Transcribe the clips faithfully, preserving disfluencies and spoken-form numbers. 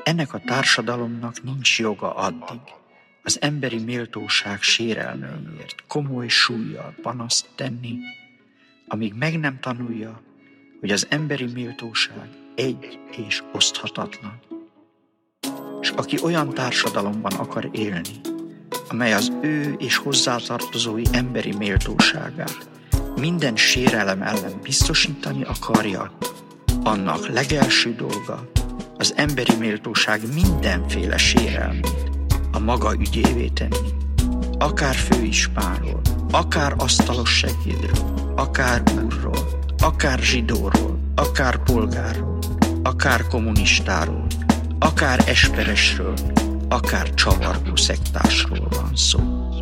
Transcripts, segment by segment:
ennek a társadalomnak nincs joga addig az emberi méltóság sérelmeiért komoly súllyal panaszt tenni, amíg meg nem tanulja, hogy az emberi méltóság egy és oszthatatlan. És aki olyan társadalomban akar élni, amely az ő és hozzátartozói emberi méltóságát minden sérelem ellen biztosítani akarja, annak legelső dolga az emberi méltóság mindenféle sérelmét a maga ügyévé tenni. Akár főispánról, akár asztalos segédről, akár úrról, akár zsidóról, akár polgárról, akár kommunistáról, akár esperesről, akár csavargó szektásról van szó.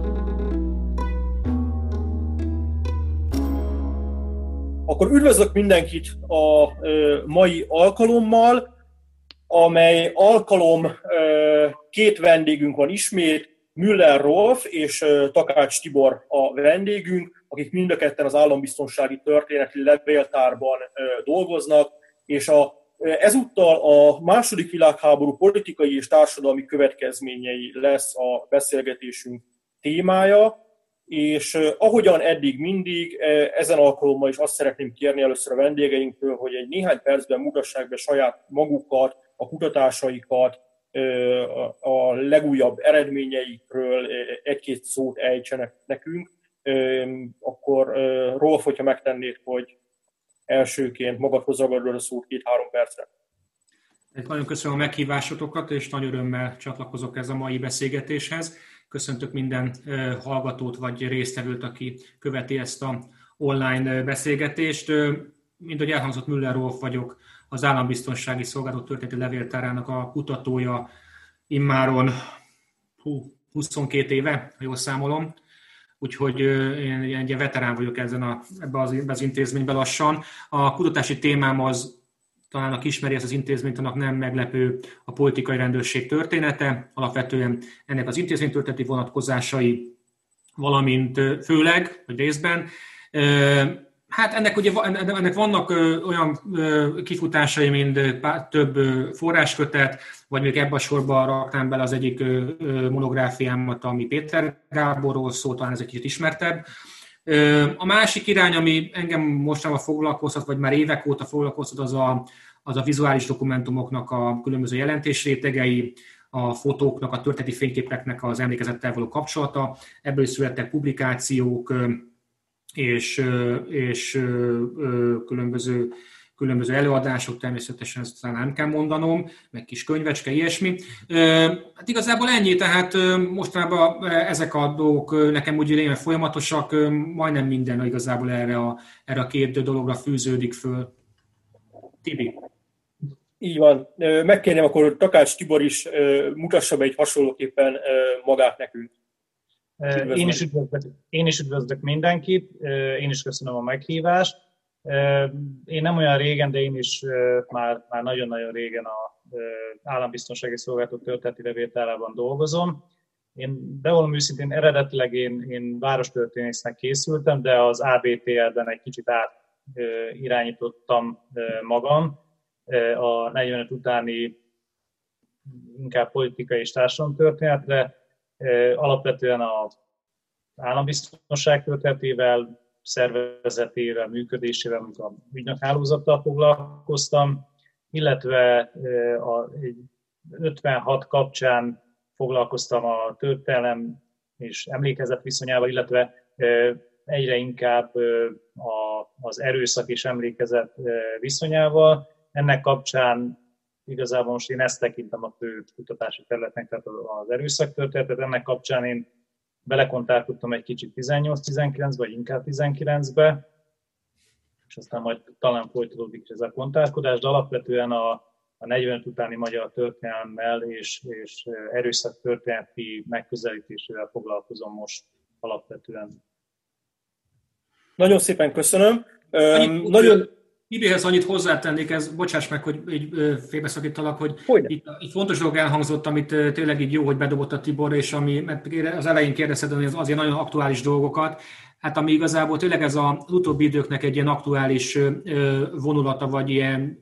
Akkor üdvözlök mindenkit a mai alkalommal, amely alkalom két vendégünk van ismét, Müller Rolf és Takács Tibor a vendégünk, akik mind a ketten az Állambiztonsági Történeti Levéltárban dolgoznak, és a, ezúttal a második világháború politikai és társadalmi következményei lesz a beszélgetésünk témája, és ahogyan eddig mindig, ezen alkalommal is azt szeretném kérni először a vendégeinktől, hogy egy néhány percben mutassák be saját magukat, a kutatásaikat, a legújabb eredményeikről egy-két szót ejtsenek nekünk. Akkor Rolf, hogyha megtennéd, hogy elsőként magadhoz ragadod a szót két-három percre. Nagyon köszönöm a meghívásotokat, és nagy örömmel csatlakozok ez a mai beszélgetéshez. Köszöntök minden hallgatót vagy résztvevőt, aki követi ezt a online beszélgetést. Mint ahogy elhangzott, Müller Rolf vagyok, az Állambiztonsági Szolgálatok Történeti Levéltárának a kutatója immáron hú, huszonkét éve, ha jól számolom. Úgyhogy én egy veterán vagyok ezen a, ebben az, az intézményben lassan. A kutatási témám az, talán aki ismeri ezt az intézményt, annak nem meglepő, a politikai rendőrség története, alapvetően ennek az intézménytörténeti vonatkozásai, valamint főleg, vagy részben. Hát ennek, ugye, ennek vannak olyan kifutásai, mint több forráskötet, vagy még ebben a sorban raknám bele az egyik monográfiámat, ami Péter Gáborról szól, talán ez egy kicsit ismertebb. A másik irány, ami engem mostanában foglalkoztat, vagy már évek óta foglalkoztat, az a, az a vizuális dokumentumoknak a különböző jelentésrétegei, a fotóknak, a történeti fényképeknek az emlékezettel való kapcsolata. Ebből is születtek publikációk, és, és különböző, különböző előadások, természetesen ezt talán nem kell mondanom, meg kis könyvecske, ilyesmi. Hát igazából ennyi, tehát mostanában ezek a dolgok nekem úgy lényeg folyamatosak, majdnem minden igazából erre a, erre a két dologra fűződik föl. Tibi. Így van. Megkérném akkor Takács Tibor is mutassa be egy hasonlóképpen magát nekünk. Én is, üdvözlök, én is üdvözlök mindenkit, én is köszönöm a meghívást. Én nem olyan régen, de én is már, már nagyon-nagyon régen az Állambiztonsági Szolgálatok Történeti Levéltárában dolgozom. Én bevallom őszintén, eredetileg én, én várostörténésznek készültem, de az á bé té el-ben egy kicsit átirányítottam magam. A negyvenöt utáni inkább politikai és társadalomtörténetre, alapvetően az állambiztonság történetével, szervezetével, működésével, mint a ügynökhálózattal foglalkoztam, illetve a ötvenhat kapcsán foglalkoztam a történelem és emlékezet viszonyával, illetve egyre inkább az erőszak és emlékezet viszonyával. Ennek kapcsán igazából most én ezt tekintem a fő kutatási területnek, tehát az erőszaktörténetet. Ennek kapcsán én belekontárkodtam egy kicsit tizennyolc-tizenkilencbe, vagy inkább tizenkilencbe, és aztán majd talán folytatódik ez a kontárkodás, de alapvetően a, a negyvenöt utáni magyar történelemmel és, és erőszaktörténeti megközelítésével foglalkozom most alapvetően. Nagyon szépen köszönöm. Annyit, Nagyon... Tibihez annyit hozzátennék, ez, bocsáss meg, hogy így félbeszakítalak, hogy itt, itt fontos dolog elhangzott, amit tényleg így jó, hogy bedobott a Tibor, és ami, mert az elején kérdezted, hogy az azért nagyon aktuális dolgokat, hát ami igazából tényleg ez az utóbbi időknek egy ilyen aktuális vonulata, vagy ilyen,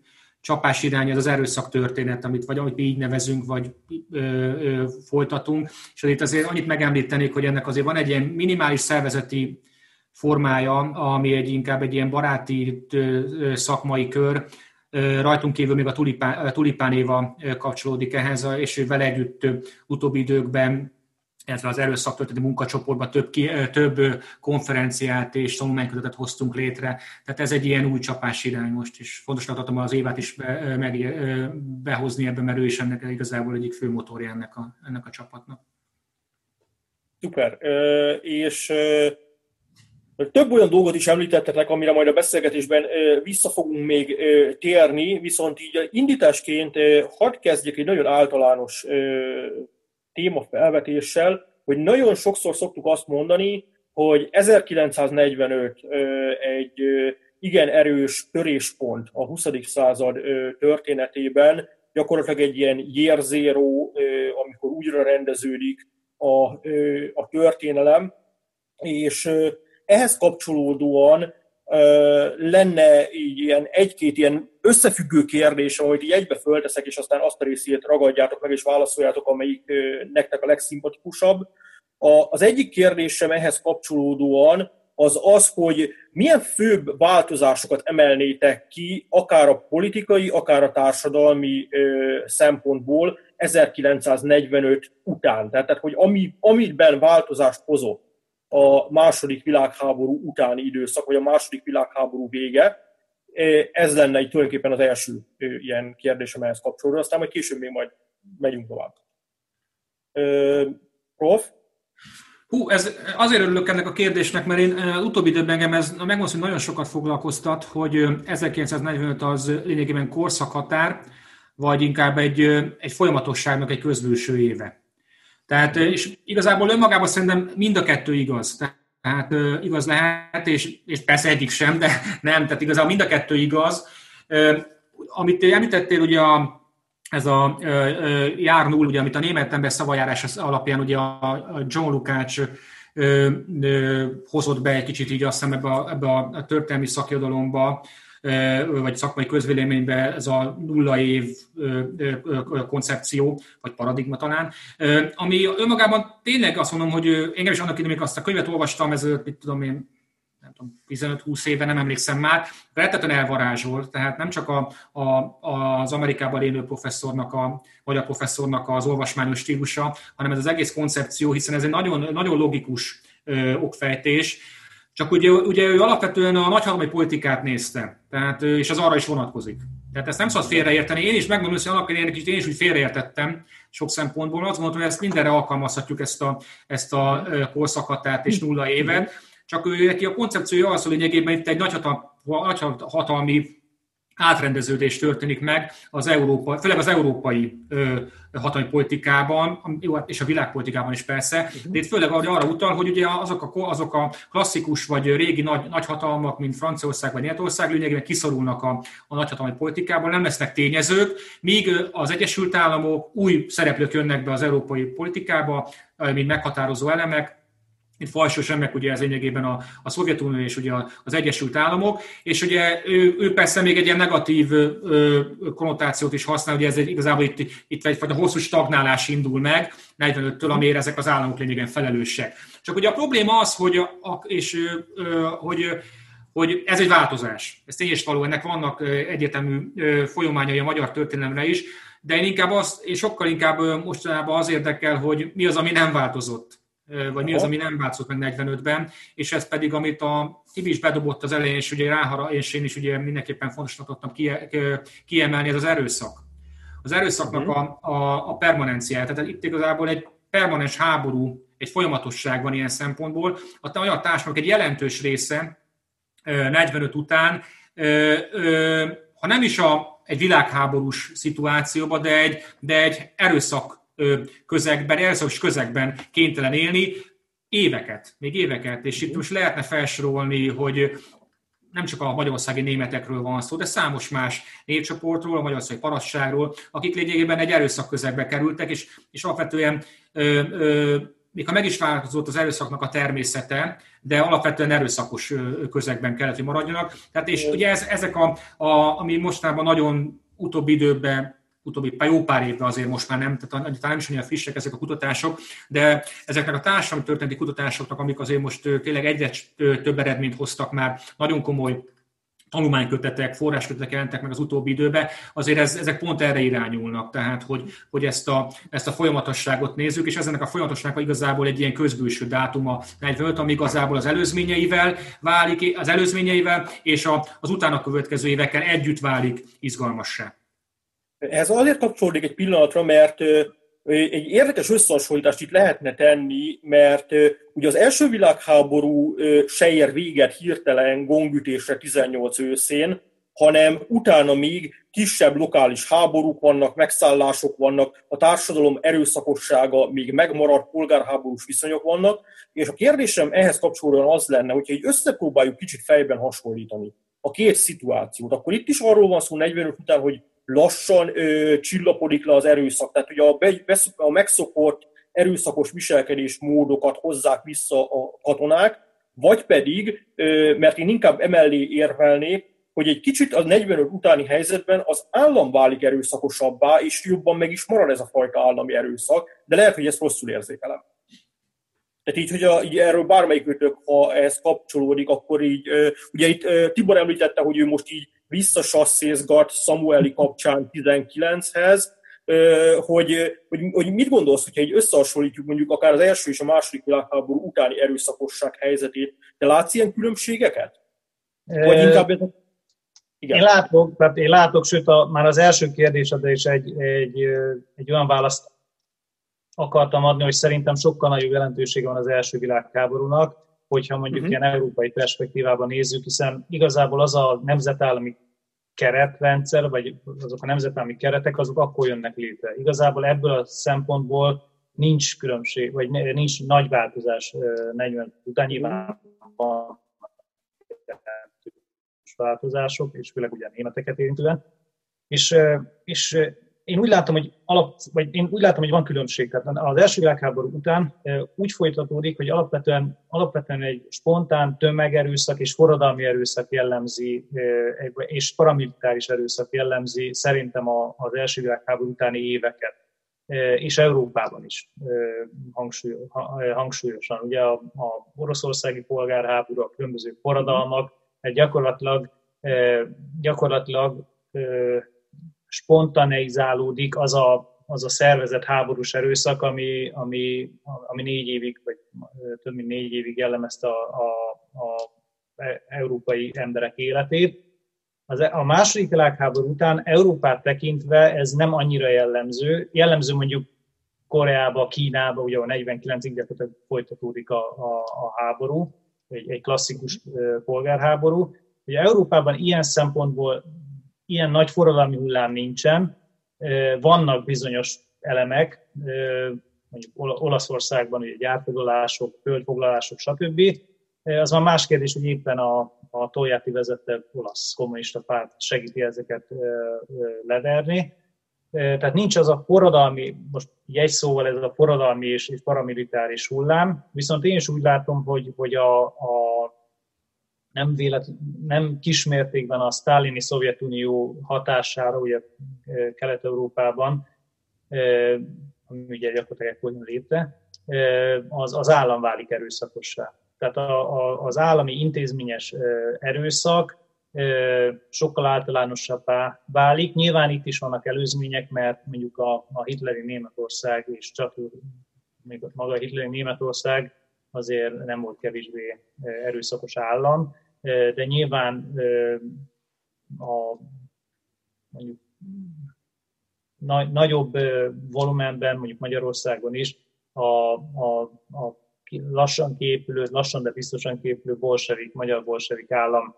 csapás irány, ez az erőszak történet, amit vagy amit mi így nevezünk, vagy ö, ö, folytatunk. És azért azért annyit megemlítenék, hogy ennek azért van egy ilyen minimális szervezeti formája, ami egy inkább egy ilyen baráti szakmai kör. Rajtunk kívül még a Tulipán, Tulipán Éva kapcsolódik ehhez, és vele együtt utóbbi időkben, illetve az erőszaktörténeti munkacsoportban több, több konferenciát és tanulmánykötetet hoztunk létre. Tehát ez egy ilyen új csapás irány most, és fontosnak tartom az Évát is be, meg, behozni ebbe, mert ő is ennek igazából egyik fő motorja ennek a, ennek a csapatnak. Szuper. És több olyan dolgot is említettetek, amire majd a beszélgetésben vissza fogunk még térni, viszont így indításként hadd kezdjek egy nagyon általános témafelvetéssel, hogy nagyon sokszor szoktuk azt mondani, hogy ezerkilencszáznegyvenöt egy igen erős töréspont a huszadik század történetében, gyakorlatilag egy ilyen year zero, amikor újra rendeződik a, a történelem, és ehhez kapcsolódóan lenne így ilyen egy-két ilyen összefüggő kérdés, amit így egybe fölteszek, és aztán azt a részét ragadjátok meg, és válaszoljátok, amelyik nektek a legszimpatikusabb. Az egyik kérdésem ehhez kapcsolódóan az az, hogy milyen főbb változásokat emelnétek ki, akár a politikai, akár a társadalmi szempontból ezerkilencszáznegyvenöt után. Tehát, hogy ami, amiben változást hozott a második világháború utáni időszak, vagy a második világháború vége, ez lenne így tulajdonképpen az első ilyen kérdésem ehhez kapcsolódó, aztán majd később még majd megyünk tovább. Prof? Hú, ez, azért örülök ennek a kérdésnek, mert én az utóbbi időben engem ez megmondom, hogy nagyon sokat foglalkoztat, hogy ezerkilencszáznegyvenöt az lényegében korszakhatár, vagy inkább egy, egy folyamatosságnak egy közbülső éve. Tehát, és igazából önmagában szerintem mind a kettő igaz. Tehát igaz lehet, és, és persze egyik sem, de nem, tehát igazából mind a kettő igaz. Amit említettél, ugye a, ez a Jahr Null, ugye, amit a német ember szavajárás alapján ugye a John Lukács hozott be egy kicsit így azt hiszem ebbe a, ebbe a történelmi szakirodalomba, vagy szakmai közvéleményben ez a nulla év koncepció, vagy paradigma talán, ami önmagában tényleg azt mondom, hogy engem is annak idején, amikor azt a könyvet olvastam, ez, mit tudom én, nem tudom, tizenöt-húsz éve, nem emlékszem már, rettetően elvarázsolt, tehát nem csak a, a, az Amerikában élő professzornak, a magyar professzornak az olvasmányos stílusa, hanem ez az egész koncepció, hiszen ez egy nagyon, nagyon logikus ö, okfejtés. Csak ugye, ugye ő alapvetően a nagyhatalmi politikát nézte, tehát, és az arra is vonatkozik. Tehát ezt nem szabad félreérteni. Én is megmondom, hogy annak idején én is úgy félreértettem sok szempontból. Azt gondoltam, hogy ezt mindenre alkalmazhatjuk, ezt a, ezt a korszakhatárt és nulla évet. Csak ő neki a koncepciója az, hogy lényegében itt egy nagyhatalmi átrendeződés történik meg az Európa, főleg az európai ö, hatalmi politikában, és a világpolitikában is persze, de itt főleg arra utal, hogy ugye azok a, azok a klasszikus vagy régi nagy, nagyhatalmak, mint Franciaország vagy Németország, lényegében kiszorulnak a, a nagyhatalmi politikában, nem lesznek tényezők, míg az Egyesült Államok új szereplők jönnek be az európai politikába, mint meghatározó elemek. Itt fajsúlyos ennek ugye ez lényegében a, a Szovjetunió és ugye az Egyesült Államok, és ugye ő, ő persze még egy ilyen negatív ö, konnotációt is használ, ugye ez egy, igazából itt, itt egyfajta hosszú stagnálás indul meg, negyvenöttől, amire ezek az államok lényegében felelősek. Csak ugye a probléma az, hogy, a, és, ö, hogy, hogy ez egy változás. Ez tény és való, ennek vannak egyértelmű folyamányai a magyar történelemre is, de én inkább azt, és sokkal inkább mostanában az érdekel, hogy mi az, ami nem változott. Vagy mi az, ami nem változott meg negyvenötben, és ez pedig, amit a Tibi is bedobott az elején, és ugye ráhara, és én is ugye mindenképpen fontosnak tudtam kiemelni, ez az erőszak. Az erőszaknak a, a, a permanenciája. Tehát itt igazából egy permanens háború, egy folyamatosság van ilyen szempontból. A magyar társadalomnak egy jelentős része negyvenöt után, ha nem is a, egy világháborús szituációban, de egy, de egy erőszak közegben, erőszakos közegben kénytelen élni éveket, még éveket, és itt most lehetne felsorolni, hogy nem csak a magyarországi németekről van szó, de számos más népcsoportról, a magyarországi parasztságról, akik lényegében egy erőszak közegbe kerültek, és, és alapvetően ö, ö, még ha meg is változott az erőszaknak a természete, de alapvetően erőszakos közegben kellett, hogy maradjanak. Tehát és ugye ez, ezek, a, a, ami mostanában nagyon utóbbi időben, utóbbi jó pár évben azért most már nem, tehát talán nem is olyan frissek ezek a kutatások, de ezeknek a társadalomtörténeti kutatásoknak, amik azért most tényleg egyre több eredményt hoztak már, nagyon komoly tanulmánykötetek, forráskötetek jelentek meg az utóbbi időben, azért ez, ezek pont erre irányulnak, tehát hogy, hogy ezt, a, ezt a folyamatosságot nézzük, és ezennek a folyamatosságnak igazából egy ilyen közbülső dátuma negyvenöt, ami igazából az előzményeivel válik, az előzményeivel és a, az utána következő évekkel együtt válik izgalmassá. Ez azért kapcsolódik egy pillanatra, mert egy érdekes összehasonlítást itt lehetne tenni, mert ugye az első világháború se ér véget hirtelen gongütésre tizennyolc őszén, hanem utána még kisebb lokális háborúk vannak, megszállások vannak, a társadalom erőszakossága még megmaradt, polgárháborús viszonyok vannak, és a kérdésem ehhez kapcsolódóan az lenne, hogyha így összepróbáljuk kicsit fejben hasonlítani a két szituációt, akkor itt is arról van szó negyvenöt után, hogy lassan ö, csillapodik le az erőszak. Tehát ugye a, be, a megszokott erőszakos viselkedés módokat hozzák vissza a katonák, vagy pedig, ö, mert én inkább emellé érvelnék, hogy egy kicsit a negyvenöt utáni helyzetben az állam válik erőszakosabbá, és jobban meg is marad ez a fajta állami erőszak, de lehet, hogy ezt rosszul érzékelem. Tehát így, hogy a, így erről bármelyikőtök, ha ez kapcsolódik, akkor így, ugye itt Tibor említette, hogy ő most így visszasasszézgat Samueli kapcsán tizenkilenchez, hogy, hogy, hogy mit gondolsz, hogyha így összehasonlítjuk mondjuk akár az első és a második világháború utáni erőszakosság helyzetét, te látsz ilyen különbségeket? Vagy inkább ez... Igen. Én látok, tehát én látok, sőt a, már az első kérdésedre is egy, egy, egy olyan választ akartam adni, hogy szerintem sokkal nagyobb jelentősége van az első világháborúnak, hogyha mondjuk uh-huh. ilyen európai perspektívában nézzük, hiszen igazából az a nemzetállami keretrendszer, vagy azok a nemzetállami keretek, azok akkor jönnek létre. Igazából ebből a szempontból nincs különbség, vagy nincs nagy változás negyven után, nyilván van változások, és főleg ugye németeket érintően. És, és én úgy látom, hogy alap, vagy én úgy látom, hogy van különbség. Tehát az első világháború után úgy folytatódik, hogy alapvetően, alapvetően egy spontán tömegerőszak és forradalmi erőszak jellemzi, és paramilitáris erőszak jellemzi szerintem az első világháború utáni éveket. És Európában is hangsúlyosan. Ugye a, a oroszországi polgárháború, a különböző forradalmak gyakorlatilag, gyakorlatilag spontaneizálódik az a, az a szervezett háborús erőszak, ami, ami, ami négy évig, vagy több mint négy évig jellemezte a, a, a európai emberek életét. Az, a második világháború után Európát tekintve ez nem annyira jellemző. Jellemző mondjuk Koreába, Kínába, ugye a negyvenkilencig gyakorlatilag folytatódik a, a, a háború, egy, egy klasszikus polgárháború. Ugye Európában ilyen szempontból ilyen nagy forradalmi hullám nincsen, vannak bizonyos elemek, mondjuk Olaszországban ugye gyárfoglalások, földfoglalások, stb. Az már más kérdés, hogy éppen a, a Togliatti vezette olasz kommunista párt segíti ezeket leverni. Tehát nincs az a forradalmi, most egy szóval ez a forradalmi és, és paramilitáris hullám, viszont én is úgy látom, hogy, hogy a, a nem, véletlen, nem kismértékben a sztálini Szovjetunió hatására, ugye Kelet-Európában, ami ugye gyakorlatilag ekkor jön létre, az, az állam válik erőszakossá. Tehát a, a, az állami intézményes erőszak sokkal általánosabbá válik. Nyilván itt is vannak előzmények, mert mondjuk a, a hitleri Németország és csatúr, még maga a hitleri Németország azért nem volt kevésbé erőszakos állam, de nyilván a mondjuk nagy, nagyobb volumenben, mondjuk Magyarországon is a, a, a lassan kiépülő, lassan, de biztosan kiépülő bolsevik, magyar bolsevik állam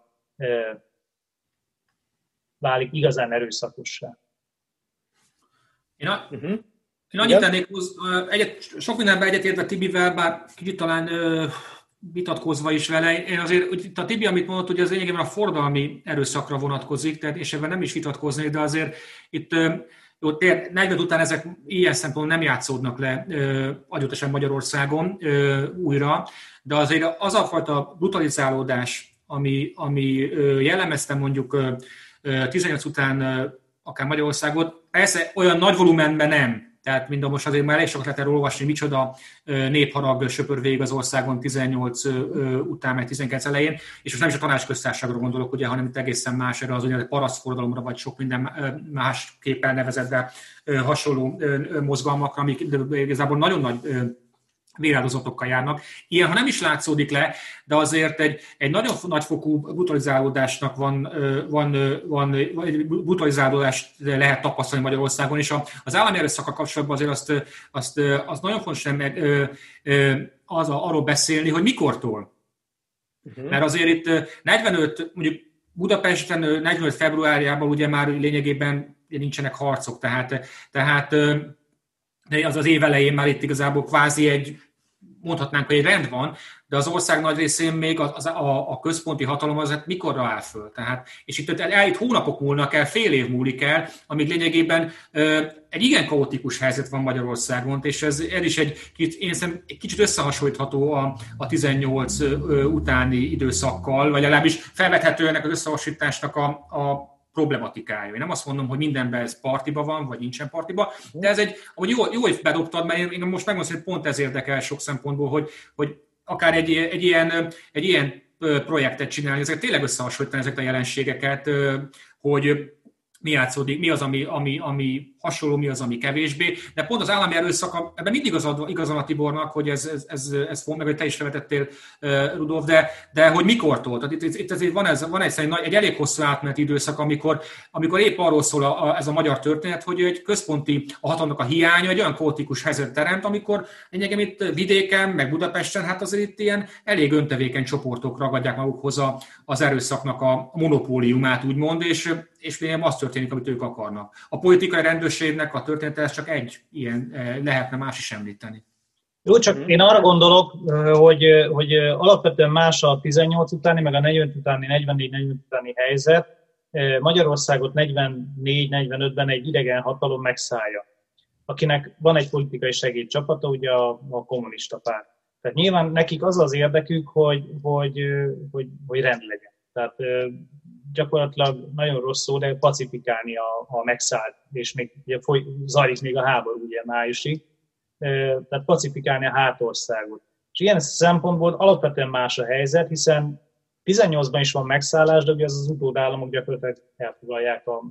válik igazán erőszakossá. Én, a, uh-huh. én annyit tennék, egyet, sok mindenben egyetértve Tibivel, bár kicsit talán ö, vitatkozva is vele. Én azért, itt a Tibi, amit mondott, hogy az lényegében a forradalmi erőszakra vonatkozik, tehát és ebben nem is vitatkoznék, de azért itt jó, negyven után ezek ilyen szempontból nem játszódnak le adott Magyarországon ö, újra, de azért az a fajta brutalizálódás, ami, ami jellemezte mondjuk tizennyolc után akár Magyarországot. Persze olyan nagy volumenben nem. Tehát mind most azért már elég sokat lehet erről olvasni, micsoda népharag söpör végig az országon tizennyolc után, meg tizenkilenc elején, és most nem is a tanácsköztársaságra gondolok, ugye, hanem itt egészen más erre az úgynevezett parasztforradalomra, vagy sok minden másképpen nevezetve hasonló mozgalmakra, amik igazából nagyon nagy véráldozatokkal járnak. Ilyen, ha nem is látszódik le, de azért egy, egy nagyon nagyfokú brutalizálódásnak van, van, van egy brutalizálódást lehet tapasztalni Magyarországon, és az állami erőszakkal kapcsolatban azért azt, azt, azt nagyon fontos nem az, arról beszélni, hogy mikortól. Uh-huh. Mert azért itt negyvenöt, mondjuk Budapesten negyvenöt februárjában ugye már lényegében nincsenek harcok, tehát, tehát de az az év elején már itt igazából kvázi egy, mondhatnánk, hogy egy rend van, de az ország nagy részén még az, a, a központi hatalom az mikorra áll föl. Tehát, és itt, itt hónapok múlnak el, fél év múlik el, amíg lényegében ö, egy igen kaotikus helyzet van Magyarországon, és ez, ez is egy, én szerintem egy kicsit összehasonlítható a, a tizennyolc ö, utáni időszakkal, vagy legalábbis felvethető ennek az összehasonlításnak a, a problematikája. Én nem azt mondom, hogy mindenben ez partiba van, vagy nincsen partiba, de ez egy, ahogy jó, jó hogy bedobtad, mert én most megmondom, hogy pont ez érdekel sok szempontból, hogy, hogy akár egy, egy, ilyen, egy ilyen projektet csinálni, ezeket tényleg összehasonlítani ezeket a jelenségeket, hogy mi játszódik, mi az, ami, ami, ami hasonló, mi az, ami kevésbé. De pont az állami erőszak, ebben mindig igazad a Tibornak, hogy ez, ez, ez, ez meg hogy te is felvetettél, Rudolf, de, de hogy mikortól. Tehát itt, itt azért van, ez, van egy, egy elég hosszú átmeneti időszak, amikor, amikor épp arról szól a, a, ez a magyar történet, hogy egy központi a hatalomnak a hiánya egy olyan kaotikus helyzet teremt, amikor lényegem itt vidéken, meg Budapesten, hát azért itt ilyen elég öntevékeny csoportok ragadják magukhoz a, az erőszaknak a monopóliumát, úgymond, és és lényegében az történik, amit ők akarnak. A politikai rendőrségnek a története, ez csak egy ilyen, lehetne más is említeni. Jó, csak én arra gondolok, hogy, hogy alapvetően más a tizennyolc utáni, meg a negyvenöt utáni, negyvennégy negyvenöt utáni helyzet. Magyarországot negyvennégy negyvenötben egy idegen hatalom megszállja, akinek van egy politikai segédcsapata, ugye a, a kommunista párt. Tehát nyilván nekik az az érdekük, hogy, hogy, hogy, hogy rend legyen. Tehát gyakorlatilag nagyon rossz szó, de pacifikálni a, a megszállt, és még ugye, foly, zajlik még a háború ugye májusig, tehát pacifikálni a hátországot. És ilyen szempontból alapvetően más a helyzet, hiszen tizennyolcban is van megszállás, de ugye az, az utódállamok gyakorlatilag elfoglalják a,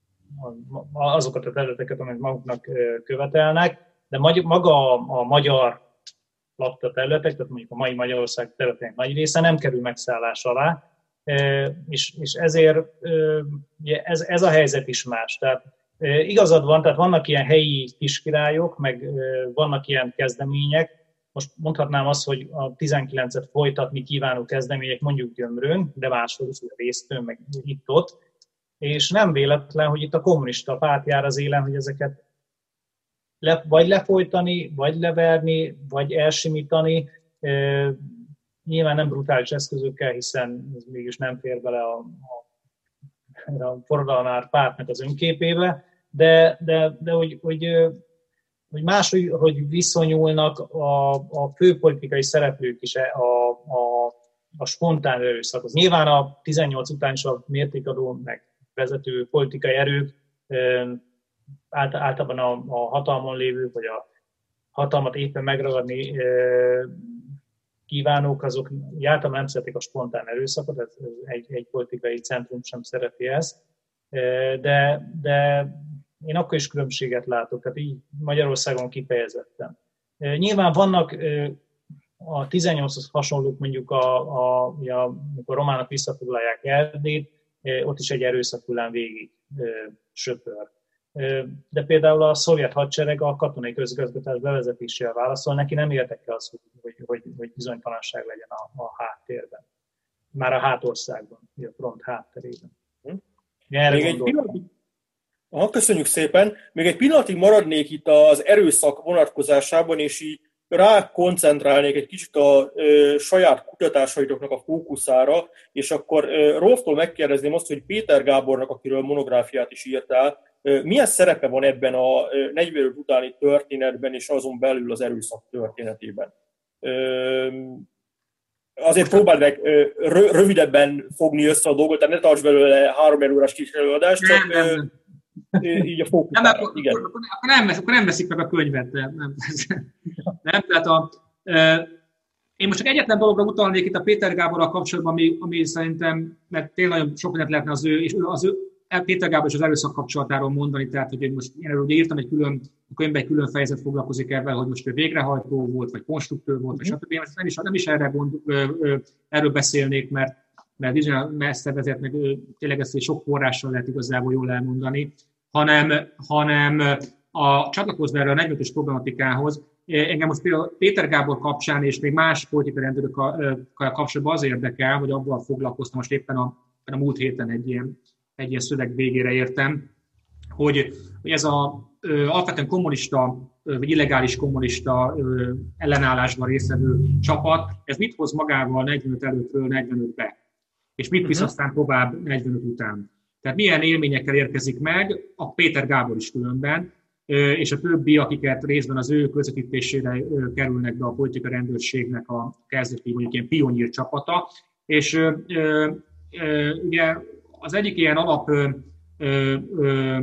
a, azokat a területeket, amit maguknak követelnek, de maga a, a magyar lakta területek, tehát mondjuk a mai Magyarország területének nagy része nem kerül megszállás alá, És, és ezért ez, ez a helyzet is más. Tehát igazad van, tehát vannak ilyen helyi kiskirályok, meg vannak ilyen kezdemények. Most mondhatnám azt, hogy a tizenkilencet folytatni kívánó kezdemények mondjuk Gyömrőn, de máshol is, Résztőn, meg itt-ott. És nem véletlen, hogy itt a kommunista párt jár az élen, hogy ezeket le, vagy lefolytani, vagy leverni, vagy elsimítani. Nyilván nem brutális eszközökkel, hiszen ez mégis nem fér bele a, a, a forradalmár pártnak az önképébe, de, de, de hogy, hogy, hogy máshogy hogy viszonyulnak a, a főpolitikai szereplők is a, a, a spontán erőszakhoz. Nyilván a tizennyolc után is a mértékadó meg vezető politikai erők általában a, a hatalmon lévők, vagy a hatalmat éppen megragadni kívánók, azok általában nem szeretik a spontán erőszakot, ez egy, egy politikai centrum sem szereti ezt, de, de én akkor is különbséget látok, tehát így Magyarországon kifejezetten. Nyilván vannak a tizennyolchoz hasonlók, mondjuk a, a, a, amikor a románok visszafoglalják Erdélyt, ott is egy erőszakhullám végig söpör. De például a szovjet hadsereg a katonai közigazgatás bevezetésével válaszol, neki nem érdekel az, hogy, hogy, hogy bizonytalanság legyen a, a háttérben. Már a hátországban, a front hátterében. Még egy pillanatig, aha, köszönjük szépen. Még egy pillanatig maradnék itt az erőszak vonatkozásában, és így rá koncentrálnék egy kicsit a ö, saját kutatásaitoknak a fókuszára, és akkor ö, Rolftól megkérdezném azt, hogy Péter Gábornak, akiről monográfiát is írtál, ö, milyen szerepe van ebben a negyvenöt utáni történetben, és azon belül az erőszak történetében? Ö, azért próbáld meg ö, rövidebben fogni össze a dolgot, tehát ne tarts belőle három órás kis előadást, csak... Ö, így a fókuszára. Nem, akkor, igen. Akkor, akkor, nem, akkor nem veszik meg a könyvet. Nem, nem, nem tehát a, e, én most csak egyetlen dologra utalnék itt a Péter Gáborral kapcsolatban, ami, ami szerintem, mert tényleg nagyon sok mindent lehetne az ő, és az ő, Péter Gábor és az erőszak kapcsolatáról mondani, tehát hogy én most én erről írtam egy külön, a könyvben egy külön fejezet foglalkozik ebben, hogy most ő végrehajtó volt, vagy konstruktőr volt, vagy stb. Én nem is, nem is erre gond, erről beszélnék, mert mert bizony messze vezet, meg tényleg ezt sok forrással lehet igazából jól elmondani, hanem, hanem a csatlakozva erre a negyvenötös problematikához, engem most például Péter Gábor kapcsán és még más politikai rendőrökkel kapcsolatban az érdekel, hogy abban foglalkoztam, most éppen a, a múlt héten egy ilyen, egy ilyen szöveg végére értem, hogy, hogy ez a ö, alapvetően kommunista, ö, vagy illegális kommunista ö, ellenállásban résztvevő csapat, ez mit hoz magával negyvenöt előttről negyvenötbe? És mit visz aztán tovább negyvenöt után. Tehát milyen élményekkel érkezik meg, a Péter Gábor is különben, és a többi, akiket részben az ő közvetítésére kerülnek be a politikai rendőrségnek a kezdeti, mondjuk ilyen pionír csapata. És ö, ö, ö, ugye az egyik ilyen alap ö, ö,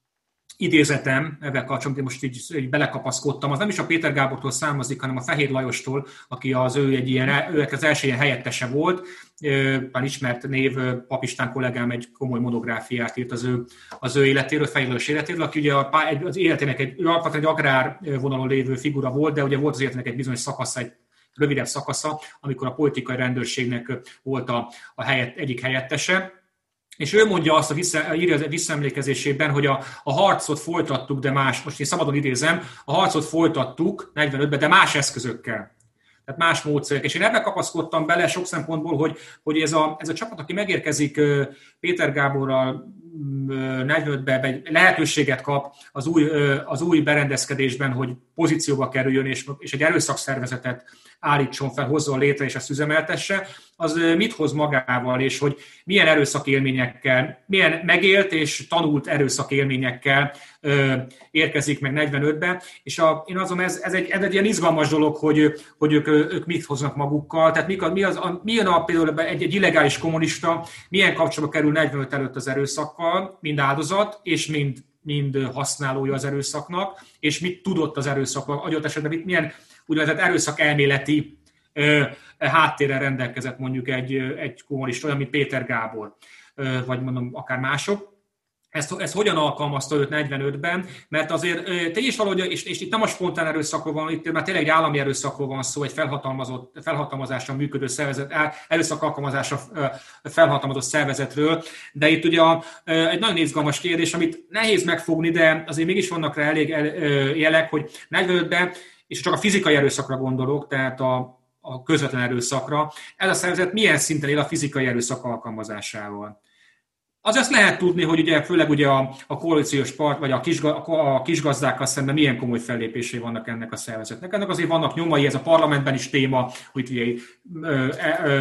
idézetem, ezzel kapcsolatban most így, így belekapaszkodtam, az nem is a Péter Gábortól származik, hanem a Fehér Lajostól, aki az ő egy ilyen, ő az első ilyen helyettese volt, már ismert név, Papistán kollégám egy komoly monográfiát írt az ő, az ő életéről, Fehér Lajos életéről, aki ugye az életének egy, alapvetően egy agrár vonalon lévő figura volt, de ugye volt az életének egy bizonyos szakasza, egy rövidebb szakasza, amikor a politikai rendőrségnek volt a, a helyet, egyik helyettese. És ő mondja azt, a vissza, írja a visszaemlékezésében, hogy a, a harcot folytattuk, de más, most én szabadon idézem, a harcot folytattuk negyvenötben, de más eszközökkel. Tehát más módszerek. És én ebben kapaszkodtam bele sok szempontból, hogy, hogy ez, a, ez a csapat, aki megérkezik Péter Gáborral negyvenötben, lehetőséget kap az új, az új berendezkedésben, hogy pozícióba kerüljön, és, és egy erőszakszervezetet állítson fel, hozzon létre, és ezt üzemeltesse, az mit hoz magával, és hogy milyen erőszakélményekkel, milyen megélt és tanult erőszakélményekkel ö, érkezik meg negyvenötben, és a, én azon, ez, ez, egy, ez egy ilyen izgalmas dolog, hogy, hogy ők, ők mit hoznak magukkal, tehát mi, mi, az, a, mi jön a, például egy, egy illegális kommunista, milyen kapcsolatba kerül negyvenöt előtt az erőszakkal, mind áldozat, és mind, mind használója az erőszaknak, és mit tudott az erőszaknak, adott esetben mit, milyen úgynevezett erőszak elméleti ö, háttérrel rendelkezett mondjuk egy, egy kommunista, olyan, mint Péter Gábor, ö, vagy mondom akár mások. Ezt, ezt hogyan alkalmazta őt negyvenötben, mert azért te is valahogy, és, és itt nem a spontán erőszakról van, itt már tényleg egy állami erőszakról van szó, egy felhatalmazott, felhatalmazásra működő szervezet, erőszak alkalmazásra felhatalmazott szervezetről, de itt ugye a, egy nagyon izgalmas kérdés, amit nehéz megfogni, de azért mégis vannak rá elég jelek, hogy negyvenötben, és csak a fizikai erőszakra gondolok, tehát a, a közvetlen erőszakra, ez a szervezet milyen szinten él a fizikai erőszak alkalmazásával. Az azt lehet tudni, hogy ugye főleg ugye a, a koalíciós part, vagy a, kisga, a kisgazdákkal szemben milyen komoly fellépései vannak ennek a szervezetnek. Ennek azért vannak nyomai, ez a parlamentben is téma, hogy ugye ö, ö,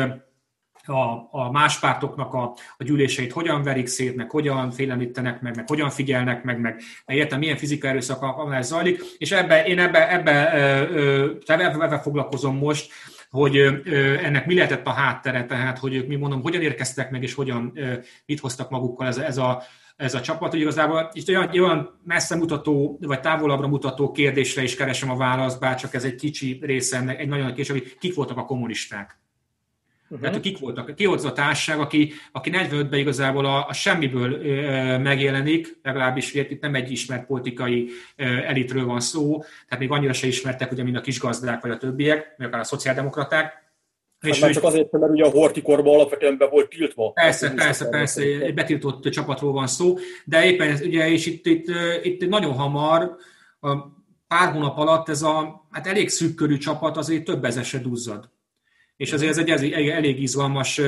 a, a más pártoknak a, a gyűléseit hogyan verik szét, meg hogyan félemlítenek meg, meg hogyan figyelnek meg, meg értem, milyen fizikai erőszak alkalmazás zajlik, és ebbe, én ebbe, ebbe, ebbe, ebbe foglalkozom most, hogy ennek mi lehetett a háttere, tehát hogy ők, mi mondom, hogyan érkeztek meg, és hogyan, mit hoztak magukkal ez, ez, a, ez a csapat. Hogy igazából itt olyan, olyan messze mutató, vagy távolabbra mutató kérdésre is keresem a választ, bár csak ez egy kicsi része, egy nagyon kis, hogy kik voltak a kommunisták. Uh-huh. Tehát kik voltak? Ki volt az a társaság, aki, aki negyvenötben igazából a, a semmiből ö, megjelenik, legalábbis itt nem egy ismert politikai ö, elitről van szó, tehát még annyira se ismertek, ugye, mint a kisgazdák vagy a többiek, vagy akár a szociáldemokraták. Hát és már csak azért, mert ugye a hortikorban alapvetően be volt tiltva. Persze, persze, persze, egy betiltott csapatról van szó, de éppen ugye, és itt, itt, itt nagyon hamar, pár hónap alatt ez a hát elég szűk körű csapat azért több ezerre duzzad. És azért ez egy elég izgalmas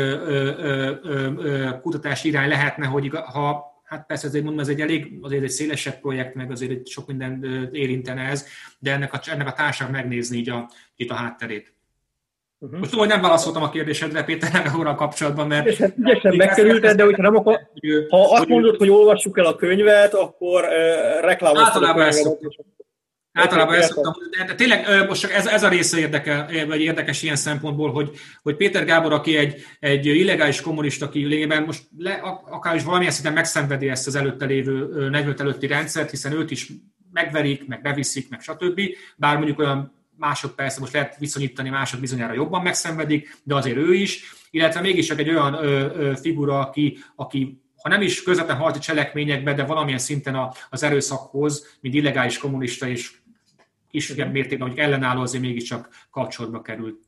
kutatási irány lehetne, hogy ha, hát persze azért mondom, ez egy elég, azért egy szélesebb projekt, meg azért egy sok minden érintene ez, de ennek a, ennek a társaság megnézni így a, itt a hátterét. Uh-huh. Most tudom, hogy nem válaszoltam a kérdésedre, Péter Gáborral kapcsolatban, mert... Ügyesen, ügyesen megkerülted, de hogyha nem akar, hogy, ha azt mondod, hogy olvassuk el a könyvet, akkor uh, reklámoztad a könyvet. Általában ezt szoktam, de tényleg most csak ez, ez a része érdekel, vagy érdekes ilyen szempontból, hogy, hogy Péter Gábor, aki egy, egy illegális kommunista, aki lényegében most le, akár is valamilyen szinten megszenvedi ezt az előtte lévő negyvenöt előtti rendszert, hiszen őt is megverik, meg beviszik, meg stb. Bár mondjuk olyan másodperc, most lehet viszonyítani, mások bizonyára jobban megszenvedik, de azért ő is, illetve mégiscsak egy olyan ö, ö, figura, aki, aki ha nem is közvetlen harci cselekményekben, de valamilyen szinten a, az erőszakhoz, mint illegális kommunista és kisebb mértékben, hogy ellenálló, azért mégiscsak kapcsolatba került.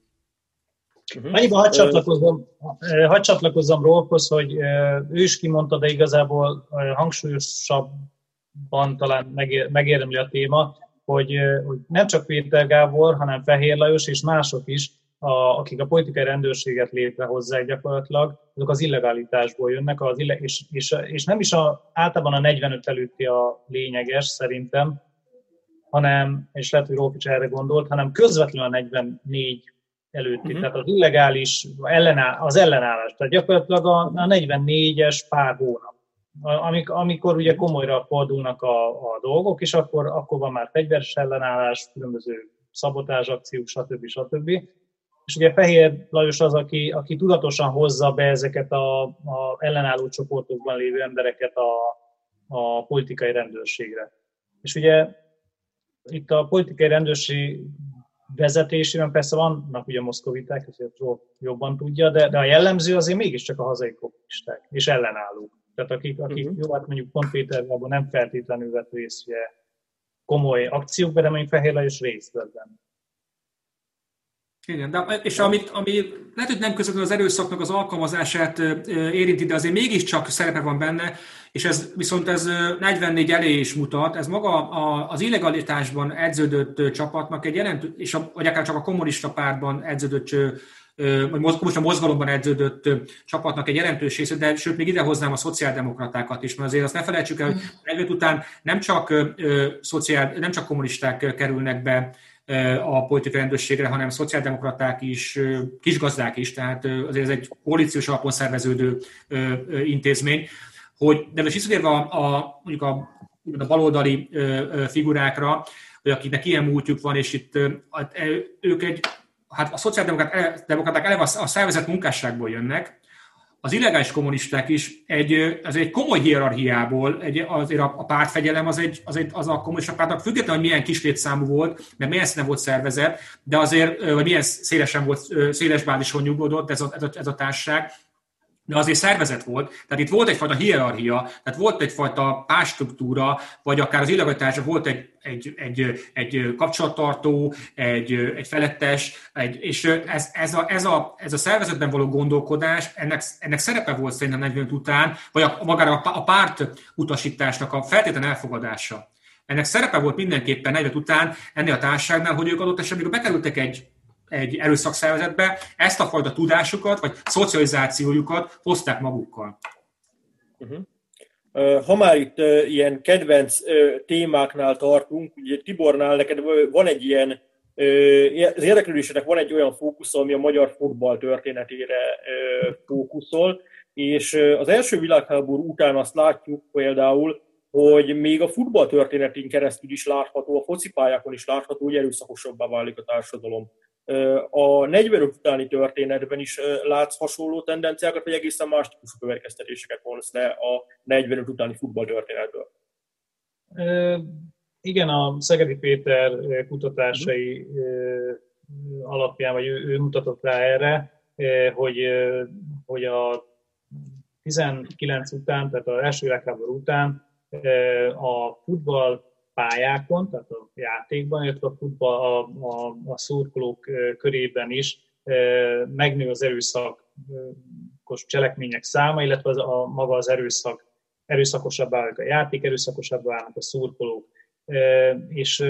Annyiban hadd csatlakozzam, hadd csatlakozzam Rolfhoz, hogy ő is kimondta, de igazából hangsúlyosabban talán megérdemli a téma, hogy, hogy nem csak Péter Gábor, hanem Fehér Lajos és mások is, a, akik a politikai rendőrséget létrehozzák gyakorlatilag, azok az illegalitásból jönnek, az ille- és, és, és nem is a, általában a negyvenöt előtti a lényeges szerintem, hanem, és lehet, hogy Rolf is erre gondolt, hanem közvetlenül a negyvennégy előtti, uh-huh. tehát az illegális, ellenáll, az ellenállás, tehát gyakorlatilag a, a negyvennégyes pár hónap, amik, amikor ugye komolyra fordulnak a, a dolgok, és akkor, akkor van már fegyveres ellenállás, különböző szabotázsakciók, stb. stb. És ugye Fehér Lajos az, aki, aki tudatosan hozza be ezeket a, a ellenálló csoportokban lévő embereket a, a politikai rendőrségre. És ugye itt a politikai rendőrség vezetésében persze vannak ugye moszkoviták, ezért jobban tudja, de, de a jellemző azért mégiscsak a hazai kommunisták és ellenállók. Tehát akik, akik uh-huh. jó, hát mondjuk pont Péter Gábor nem feltétlenül vett részt ugye, komoly akciókban, de mondjuk Fehér Lajos részt vett benne. Igen, de, és amit, ami lehet, hogy nem közvetlenül az erőszaknak az alkalmazását érinti, de azért mégiscsak szerepe van benne, és ez viszont ez negyvennégy elé is mutat, ez maga az illegalitásban edződött csapatnak egy jelentő, és a, vagy akár csak a kommunista pártban edződött, vagy kommunista mozgalomban edződött csapatnak egy jelentős része, de sőt, még idehoznám a szociáldemokratákat is, mert azért azt ne felejtsük el, hogy negyven után nem csak, szociál, nem csak kommunisták kerülnek be a politikai rendőrségre, hanem szociáldemokraták is, kisgazdák is, tehát azért ez egy koalíciós alapon szerveződő intézmény, hogy, de most visszatérve a, a, mondjuk a, a baloldali figurákra, hogy akiknek ilyen múltjuk van, és itt ők egy, hát a szociáldemokraták eleve a szervezett munkásságból jönnek, az illegális kommunisták is egy, az egy komoly hierarchiából, egy, azért a, a pártfegyelem az, egy, az, egy, az a kommunista pártnak függetlenül, hogy milyen kis létszámú volt, mert milyen színe volt szervezet, de azért, vagy milyen szélesen volt, széles bázison nyugodott ez a, ez a, ez a társaság, de azért szervezet volt, tehát itt volt egyfajta hierarchia, tehát volt egyfajta pártstruktúra, vagy akár az illegalitásra volt egy, egy, egy, egy kapcsolattartó, egy, egy felettes, egy, és ez, ez, a, ez, a, ez a szervezetben való gondolkodás, ennek, ennek szerepe volt szerintem negyvenöt után, vagy a, magára a, a párt utasításnak a feltétlen elfogadása. Ennek szerepe volt mindenképpen negyvenöt után ennél a társaságnál, hogy ők adott esetben, amikor bekerültek egy egy erőszakszervezetbe, ezt a fajta tudásukat, vagy szocializációjukat hozták magukkal. Uh-huh. Ha már itt uh, ilyen kedvenc uh, témáknál tartunk, ugye Tibornál neked van egy ilyen, uh, az érdeklődésednek van egy olyan fókusz, ami a magyar futball történetére uh, fókuszol, és uh, az első világháború után azt látjuk például, hogy még a futball történetén keresztül is látható, a focipályákon is látható, hogy erőszakosabbá válik a társadalom. A negyvenöt utáni történetben is látsz hasonló tendenciákat, vagy egészen más típusú következtetéseket vonsz le a negyvenöt utáni futball történetből? E, igen, a Szegedi Péter kutatásai uh-huh. alapján, vagy ő, ő mutatott rá erre, hogy, hogy a tizenkilenc után, tehát az első világháború után a futball pályákon, tehát a játékban, illetve a futball, a, a, a szurkolók körében is megnő az erőszakos cselekmények száma, illetve az, a, maga az erőszak, erőszakosabbá válik a játék, erőszakosabbá válnak a szurkolók. És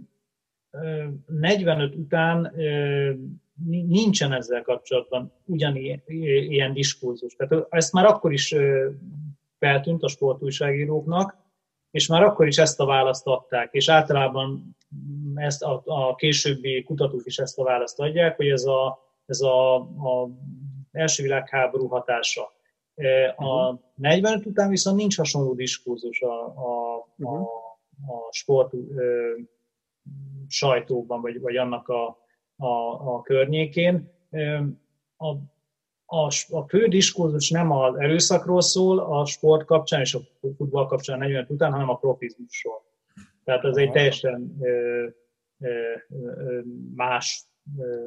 negyvenöt után nincsen ezzel kapcsolatban ugyanilyen ilyen diskurzus. Tehát ezt már akkor is feltűnt a sportújságíróknak, és már akkor is ezt a választ adták, és általában ezt a, a későbbi kutatók is ezt a választ adják, hogy ez a, ez a, a első világháború hatása. A negyvenöt után viszont nincs hasonló diskurzus a, a, a, a sport sajtóban, vagy, vagy annak a, a, a környékén. A, a, a fő diskurzus nem az erőszakról szól a sport kapcsán és a futball kapcsán negyvenöt után, hanem a profizmusról. Tehát ez egy teljesen ö, ö, ö, más ö,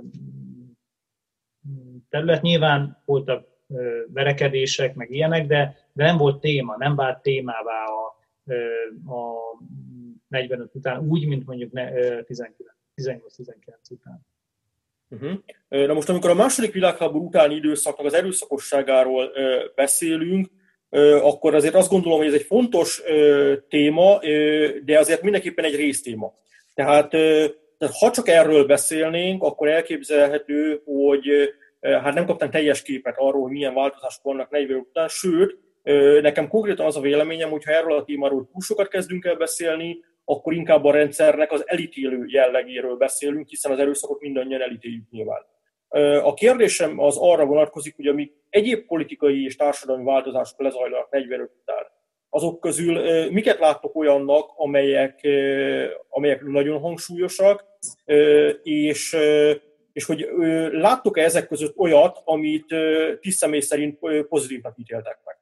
terület. Nyilván voltak ö, verekedések, meg ilyenek, de, de nem volt téma, nem vált témává a, a negyvenöt után, úgy, mint mondjuk tizennyolc-tizenkilenc után. Uh-huh. Na most, amikor a második világháború utáni időszaknak az erőszakosságáról uh, beszélünk, uh, akkor azért azt gondolom, hogy ez egy fontos uh, téma, uh, de azért mindenképpen egy résztéma. Tehát, uh, tehát ha csak erről beszélnénk, akkor elképzelhető, hogy uh, hát nem kaptam teljes képet arról, hogy milyen változások vannak negyvenöt után, sőt, uh, nekem konkrétan az a véleményem, hogy ha erről a témáról túl sokat kezdünk el beszélni, akkor inkább a rendszernek az elítélő jellegéről beszélünk, hiszen az erőszakot mindannyian elítéljük nyilván. A kérdésem az arra vonatkozik, hogy amik egyéb politikai és társadalmi változások lezajlanak negyvenöt után, azok közül miket láttok olyannak, amelyek, amelyek nagyon hangsúlyosak, és, és hogy láttok-e ezek között olyat, amit ti személy szerint pozitívnak ítéltek meg?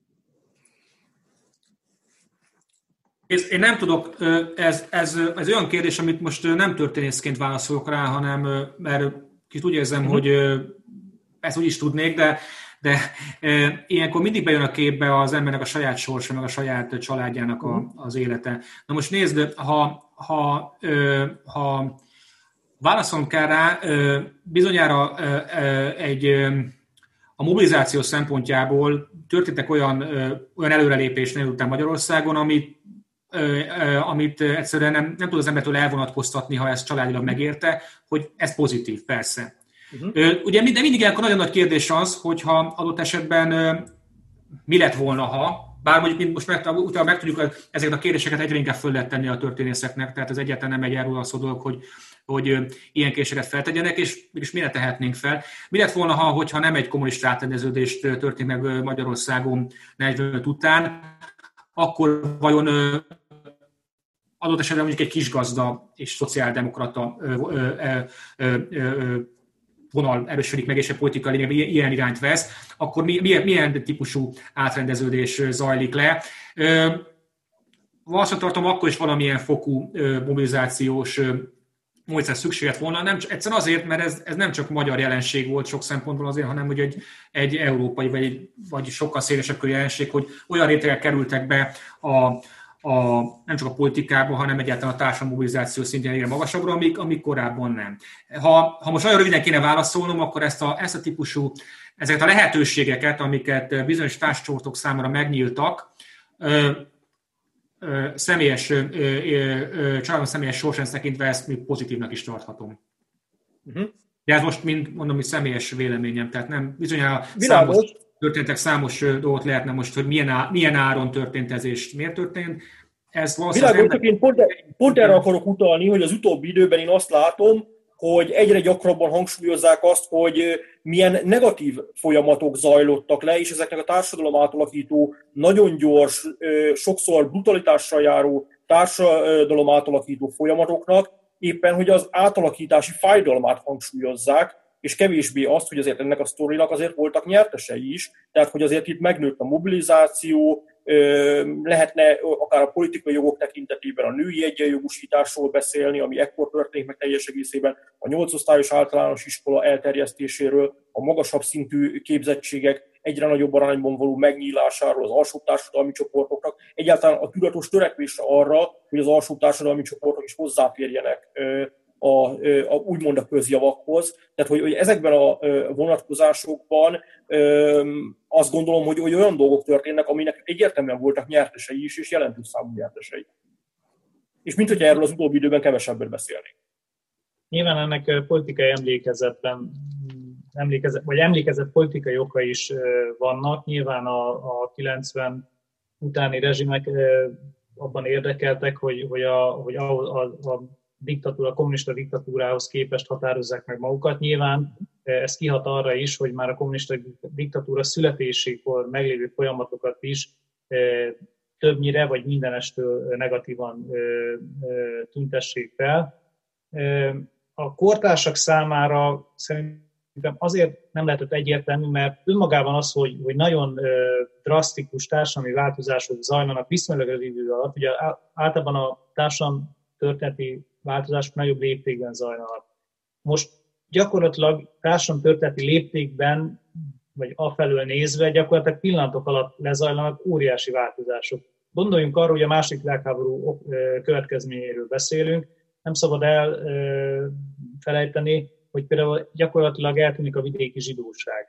Én nem tudok, ez, ez, ez olyan kérdés, amit most nem történészként válaszolok rá, hanem mert kicsit úgy érzem, uh-huh. hogy ezt úgy is tudnék, de, de ilyenkor mindig bejön a képbe az embernek a saját sorsa, meg a saját családjának a, az élete. Na most nézd, ha, ha, ha válaszolom kell rá, bizonyára egy, a mobilizáció szempontjából történtek olyan, olyan előrelépés nem után Magyarországon, amit amit egyszerűen nem, nem tud az embertől elvonatkoztatni, ha ezt családilag megérte, hogy ez pozitív, persze. Uh-huh. Ugye de mindig ilyenkor nagyon nagy kérdés az, hogyha adott esetben mi lett volna, ha, bár mondjuk most meg, utána meg tudjuk, ezeket a kérdéseket egyre inkább föl lehet tenni a történészeknek, tehát ez egyáltalán nem egy erről szó dolog, hogy, hogy ilyen kérdéseket feltegyenek, és mégis mire tehetnénk fel. Mi lett volna, ha, hogyha nem egy kommunista átrendeződés történt meg Magyarországon negyvenöt után, akkor vajon adott esetben mondjuk egy kisgazda és szociáldemokrata vonal erősödik meg, és a politika lényeg ilyen irányt vesz, akkor milyen, milyen típusú átrendeződés zajlik le. Valószínűleg tartom, akkor is valamilyen fokú mobilizációs módszer szükséget volna, nem, egyszerűen azért, mert ez, ez nem csak magyar jelenség volt sok szempontból azért, hanem hogy egy, egy európai, vagy, vagy sokkal szélesebb körű jelenség, hogy olyan rétegek kerültek be a, a, nem csak a politikába, hanem egyáltalán a társadalmi mobilizáció szintén egyre magasabbra, amik, amik korábban nem. Ha, ha most nagyon röviden kéne válaszolnom, akkor ezt a, ezt a típusú, ezeket a lehetőségeket, amiket bizonyos társadalmak számára megnyíltak, személyes, családom személyes sorsrend tekintve ezt még pozitívnak is tarthatom. Uh-huh. De ez most mind mondom, hogy személyes véleményem, tehát nem bizonyára számos, történtek számos dolgot lehetne most, hogy milyen, á, milyen áron történt ez és miért történt. Ez Világos, ember... én pont, pont erre akarok utalni, hogy az utóbbi időben én azt látom, hogy egyre gyakrabban hangsúlyozzák azt, hogy milyen negatív folyamatok zajlottak le, és ezeknek a társadalom átalakító, nagyon gyors, sokszor brutalitással járó társadalom átalakító folyamatoknak éppen, hogy az átalakítási fájdalmát hangsúlyozzák, és kevésbé azt, hogy azért ennek a sztorinak azért voltak nyertesei is, tehát hogy azért itt megnőtt a mobilizáció, lehetne akár a politikai jogok tekintetében a női egyenjogúsításról beszélni, ami ekkor történik meg teljes egészében, a nyolcosztályos általános iskola elterjesztéséről, a magasabb szintű képzettségek egyre nagyobb arányban való megnyílásáról az alsóbb társadalmi csoportoknak, egyáltalán a tudatos törekvésre arra, hogy az alsóbb társadalmi csoportok is hozzáférjenek a, a, úgymond a közjavakhoz. Tehát, hogy, hogy ezekben a vonatkozásokban azt gondolom, hogy, hogy olyan dolgok történnek, aminek egyértelműen voltak nyertesei is, és jelentős számú nyertesei. És mint hogyha erről az utóbbi időben kevesebbet beszélnék. Nyilván ennek politikai emlékezetben, emlékezet, vagy emlékezett politikai oka is vannak. Nyilván a, a kilencven utáni rezsimek abban érdekeltek, hogy, hogy, a, hogy a, a, a diktatúra, a kommunista diktatúrához képest határozzák meg magukat. Nyilván ez kihat arra is, hogy már a kommunista diktatúra születésekor meglévő folyamatokat is többnyire vagy mindenestől negatívan tüntessék fel. A kortársak számára szerintem azért nem lehetett egyértelmű, mert önmagában az, hogy, hogy nagyon drasztikus társadalmi változások zajlanak viszonylag rövid idő alatt, ugye általában a társadalmi történeti változások nagyobb léptékben zajlanak. Most gyakorlatilag társadalmi történeti léptékben, vagy afelől nézve gyakorlatilag pillanatok alatt lezajlanak óriási változások. Gondoljunk arra, hogy a második világháború következményéről beszélünk, nem szabad elfelejteni, hogy például gyakorlatilag eltűnik a vidéki zsidóság.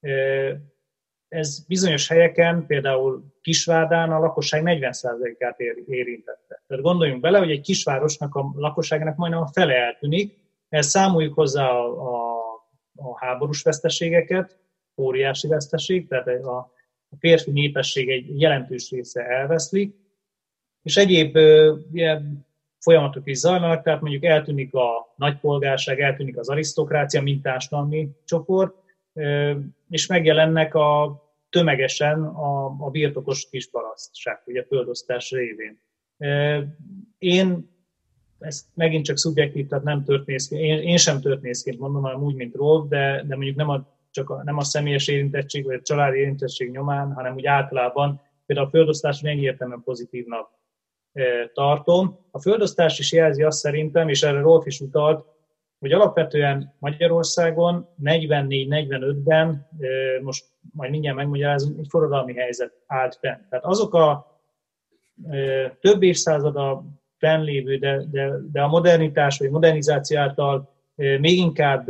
Ez bizonyos helyeken, például Kisvárdán a lakosság negyven százalékát érintette. Tehát gondoljunk bele, hogy egy kisvárosnak a lakosságának majdnem a fele eltűnik, ezt számoljuk hozzá a, a, a háborús veszteségeket, óriási veszteség, tehát a, a férfi népesség egy jelentős része elveszlik, és egyéb ilyen folyamatok is zajlanak, tehát mondjuk eltűnik a nagypolgárság, eltűnik az arisztokrácia, mint társadalmi csoport, és megjelennek a, tömegesen a, a birtokos kisparasztság, ugye a földosztás révén. Én, ez megint csak szubjektív, tehát nem történészként, én, én sem történészként mondom, hanem úgy, mint Rolf, de, de mondjuk nem a, csak a, nem a személyes érintettség, vagy a családi érintettség nyomán, hanem úgy általában például a földosztást egyértelműen pozitívnak tartom. A földosztás is jelzi azt szerintem, és erre Rolf is utalt, hogy alapvetően Magyarországon negyvennégy negyvenötben, most majd mindjárt megmagyarázom, egy forradalmi helyzet állt fenn. Tehát azok a több évszázada fennlévő, de, de, de a modernitás vagy modernizáció által még inkább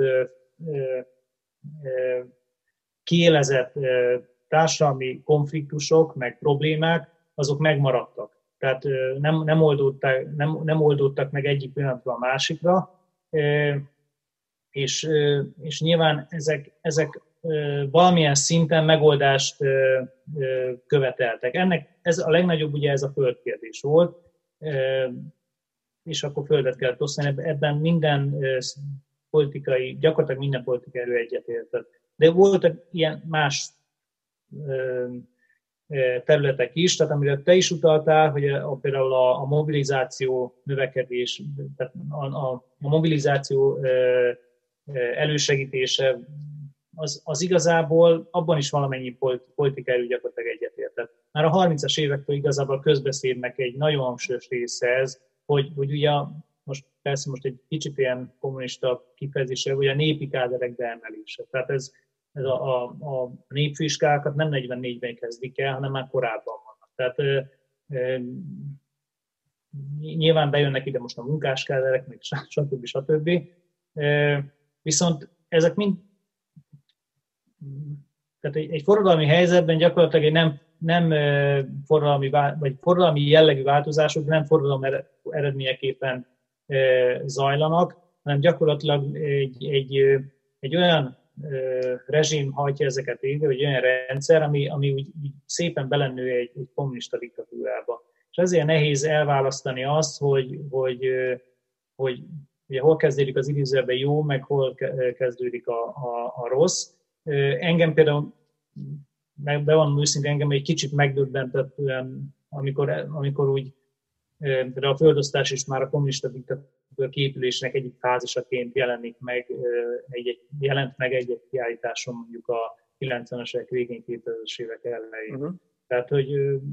kiélezett társadalmi konfliktusok, meg problémák, azok megmaradtak. Tehát nem, nem, oldódtak, nem, nem oldódtak meg egyik pillanatra a másikra, és, és nyilván ezek, ezek valamilyen szinten megoldást követeltek. Ennek ez a legnagyobb, ugye ez a földkérdés volt, és akkor földet kellett osztani, ebben minden politikai, gyakorlatilag minden politikai erő egyetértett. De voltak ilyen más területek is, tehát amire te is utaltál, hogy a, például a, a mobilizáció növekedés, tehát a, a, a mobilizáció elősegítése, az, az igazából abban is valamennyi politikai erő gyakorlatilag egyetértett. Már a harmincas évektől igazából a közbeszédnek egy nagyon hangsúlyos része ez, hogy, hogy ugye most persze most egy kicsit ilyen kommunista kifejezése, hogy a népi káderek beemelése. Tehát ez Ez a, a, a népfőiskákat nem negyvennégyben kezdik el, hanem már korábban vannak. Tehát e, e, nyilván bejönnek ide most a munkáskáderek, meg stb. stb. E, viszont ezek mind, tehát egy, egy forradalmi helyzetben gyakorlatilag egy nem, nem forradalmi, vagy forradalmi jellegű változások nem forradalmi eredményeképpen e, zajlanak, hanem gyakorlatilag egy, egy, egy olyan rezsim hajtja ezeket végre, vagy olyan rendszer, ami, ami úgy, úgy szépen belennő egy, egy kommunista diktatúrába. És ezért nehéz elválasztani azt, hogy, hogy, hogy ugye, hol kezdődik az idézőjelben jó, meg hol kezdődik a, a, a rossz. Engem például, bevallom őszintén, engem egy kicsit megdöbbentett, amikor, amikor úgy de a földosztás is már a kommunista diktatúra kiépülésnek egyik fázisaként jelenik meg, egy, egy, jelent meg egy-egy kiállításon mondjuk a kilencvenes évek végén, kétezres évek elején. Uh-huh. Tehát, hogy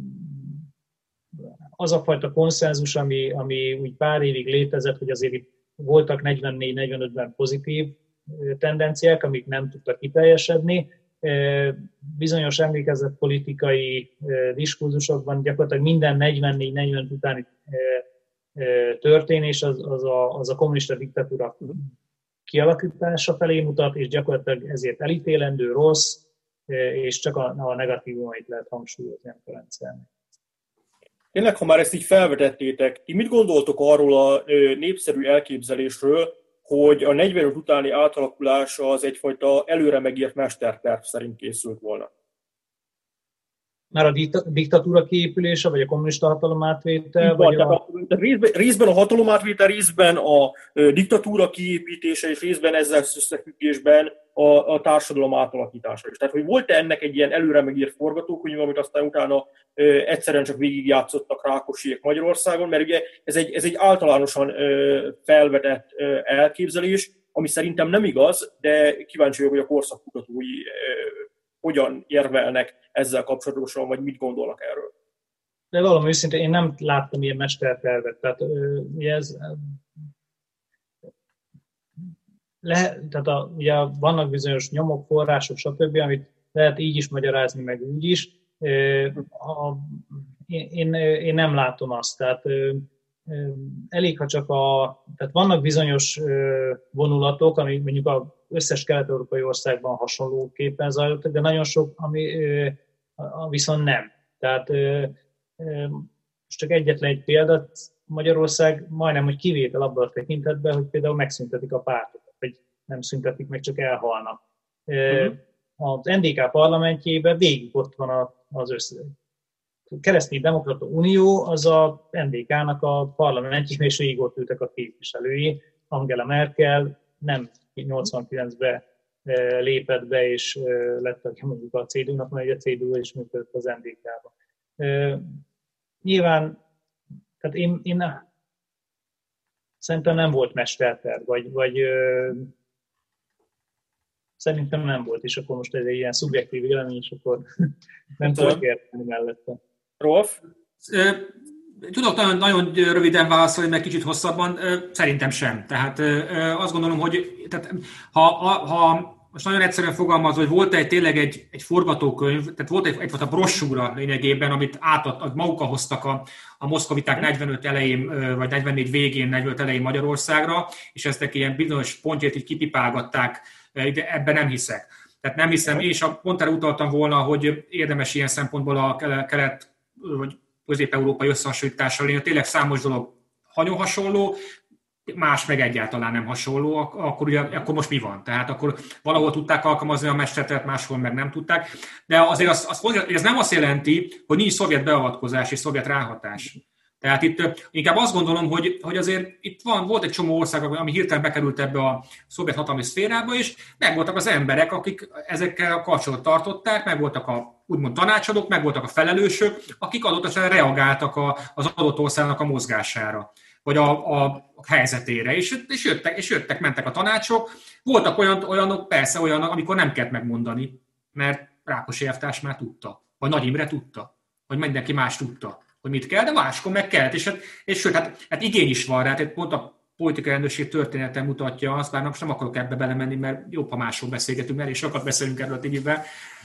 az a fajta konszenzus, ami, ami úgy pár évig létezett, hogy azért itt voltak negyvennégy negyvenötben pozitív tendenciák, amik nem tudtak kiteljesedni, bizonyos emlékezett politikai diskurzusokban gyakorlatilag minden negyvennégy negyvenöt utáni történés az, az, a, az a kommunista diktatúra kialakítása felé mutat, és gyakorlatilag ezért elítélendő, rossz, és csak a, a negatívumait lehet hangsúlyozni a rendszernek. Tényleg, ha már ezt így felvetettétek, ti mit gondoltok arról a népszerű elképzelésről, hogy a negyvenöt utáni átalakulása az egyfajta előre megírt mesterterv szerint készült volna? Már a diktatúra kiépülése, vagy a kommunista hatalomátvétel? Vagy a... A, részben, részben a hatalomátvétel, részben a diktatúra kiépítése, és részben ezzel összefüggésben a, a társadalom átalakítása is. Tehát, hogy volt-e ennek egy ilyen előre megírt forgatókönyv, amit aztán utána ö, egyszerűen csak végigjátszottak Rákosiék Magyarországon, mert ugye ez egy, ez egy általánosan ö, felvetett ö, elképzelés, ami szerintem nem igaz, de kíváncsi vagyok, hogy a korszakkutatói ö, hogyan érvelnek ezzel kapcsolatosan, vagy mit gondolnak erről. De valami őszintén én nem láttam ilyen mestertervet. Tehát ugye ez... Le, tehát a, ugye vannak bizonyos nyomok, források, stb., amit lehet így is magyarázni, meg úgy is. A, én, én nem látom azt. Tehát elég, ha csak a... Tehát vannak bizonyos vonulatok, ami mondjuk az összes kelet-európai országban hasonlóképpen zajlottak, de nagyon sok, ami viszont nem. Tehát most csak egyetlen egy példát, Magyarország majdnem, hogy kivétel abban a tekintetben, hogy például megszüntetik a pártokat, vagy nem szüntetik meg, csak elhalnak. Uh-huh. Az en dé ká parlamentjében végig ott van az összes. A Keresztény Demokrata Unió az a en dé ká-nak a parlamentjében, és végig ott ültek a képviselői. Angela Merkel nem nyolcvankilencben lépett be, és lett a, mondjuk a cé dé u-nak, mert a cé dé u is működött az en dé ká-ba. Nyilván, tehát én, én szerintem nem volt mesterterv, vagy, vagy ö, szerintem nem volt, és akkor most ez egy ilyen szubjektív vélemény, és akkor nem tudok érteni mellette. Rolf? Tudok nagyon, nagyon röviden válaszolni, meg kicsit hosszabban, szerintem sem. Tehát azt gondolom, hogy tehát, ha, ha most nagyon egyszerűen fogalmazva, hogy volt egy tényleg egy, egy forgatókönyv, tehát volt egy, egyfajta brossúra lényegében, amit átad, maguk hoztak a, a moszkoviták negyvenöt elején, vagy negyvennégy végén, negyvenöt elején Magyarországra, és eztek ilyen bizonyos pontját így kipipálgatták, de ebben nem hiszek. Tehát nem hiszem, én is pont erre utaltam volna, hogy érdemes ilyen szempontból a kelet, vagy közép-európai összehasonlítással lenni, tényleg számos dolog nagyon hasonló, más meg egyáltalán nem hasonló, akkor, ugye, akkor most mi van? Tehát akkor valahol tudták alkalmazni a mestertervet, máshol meg nem tudták. De azért az, az, ez nem azt jelenti, hogy nincs szovjet beavatkozás és szovjet ráhatás. Tehát itt inkább azt gondolom, hogy, hogy azért itt van, volt egy csomó ország, ami hirtelen bekerült ebbe a szovjet hatalmi szférába, és megvoltak az emberek, akik ezekkel a kapcsolatot tartották, megvoltak a úgymond tanácsadók, megvoltak a felelősök, akik adott esetben reagáltak a, az adott országnak a mozgására, vagy a, a, a helyzetére, és, és, jöttek, és jöttek, mentek a tanácsok. Voltak olyan, olyanok, persze olyanok, amikor nem kellett megmondani, mert Rákosi elvtárs már tudta, vagy Nagy Imre tudta, vagy mindenki más tudta, hogy mit kell, de máskor meg kellett, és, és sőt, hát, hát igény is van rá, tehát pont a politikai rendőrség története mutatja azt, bár most nem akarok ebbe belemenni, mert jobb, ha másról beszélgetünk, mert és sokat beszélünk erről a tévében.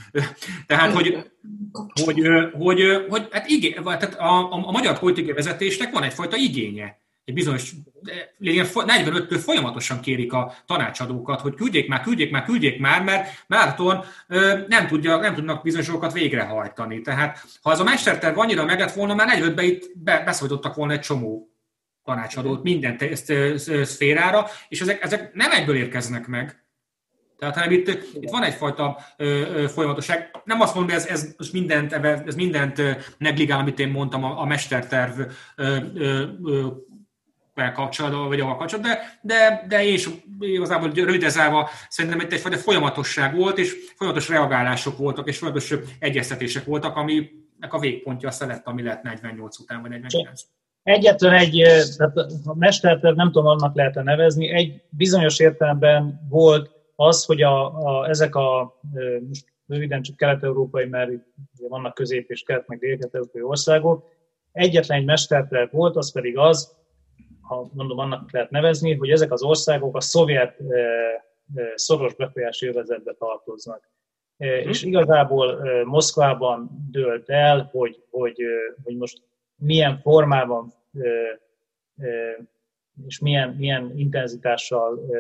Tehát, hogy, hogy, hogy, hogy hát igény, tehát a, a, a magyar politikai vezetésnek van egyfajta igénye. Egy bizonyos, negyvenöttől folyamatosan kérik a tanácsadókat, hogy küldjék már, küldjék már, küldjék már, mert márton nem, tudja, nem tudnak bizonyos dolgokat végrehajtani. Tehát ha ez a mesterterv annyira meg lett volna, már negyvenötben itt beszólítottak volna egy csomó tanácsadót minden szférára, és ezek, ezek nem egyből érkeznek meg. Tehát hanem itt, itt van egyfajta ö, folyamatosság. Nem azt mondom, hogy ez, ez mindent, ez mindent negligál, amit én mondtam a, a mesterterv ö, ö, ö, kapcsolatban, vagy a kapcsolatban, de, de, de én is igazából rövidezálva szerintem itt egyfajta folyamatosság volt, és folyamatos reagálások voltak, és folyamatos egyeztetések voltak, aminek a végpontja aztán lett, ami lett negyvennyolc után, vagy negyvenkilenc. Egyetlen egy, tehát a mesterterv, nem tudom, annak lehet nevezni, egy bizonyos értelemben volt az, hogy a, a, ezek a, most röviden csak kelet-európai, mert vannak közép- és kelet- meg dél-kelet-európai országok, egyetlen egy mesterterv volt, az pedig az, ha mondom, annak lehet nevezni, hogy ezek az országok a szovjet e, e, szoros befolyási övezetbe tartoznak. E, hmm. És igazából e, Moszkvában dőlt el, hogy, hogy, e, hogy most milyen formában e, e, és milyen, milyen intenzitással e,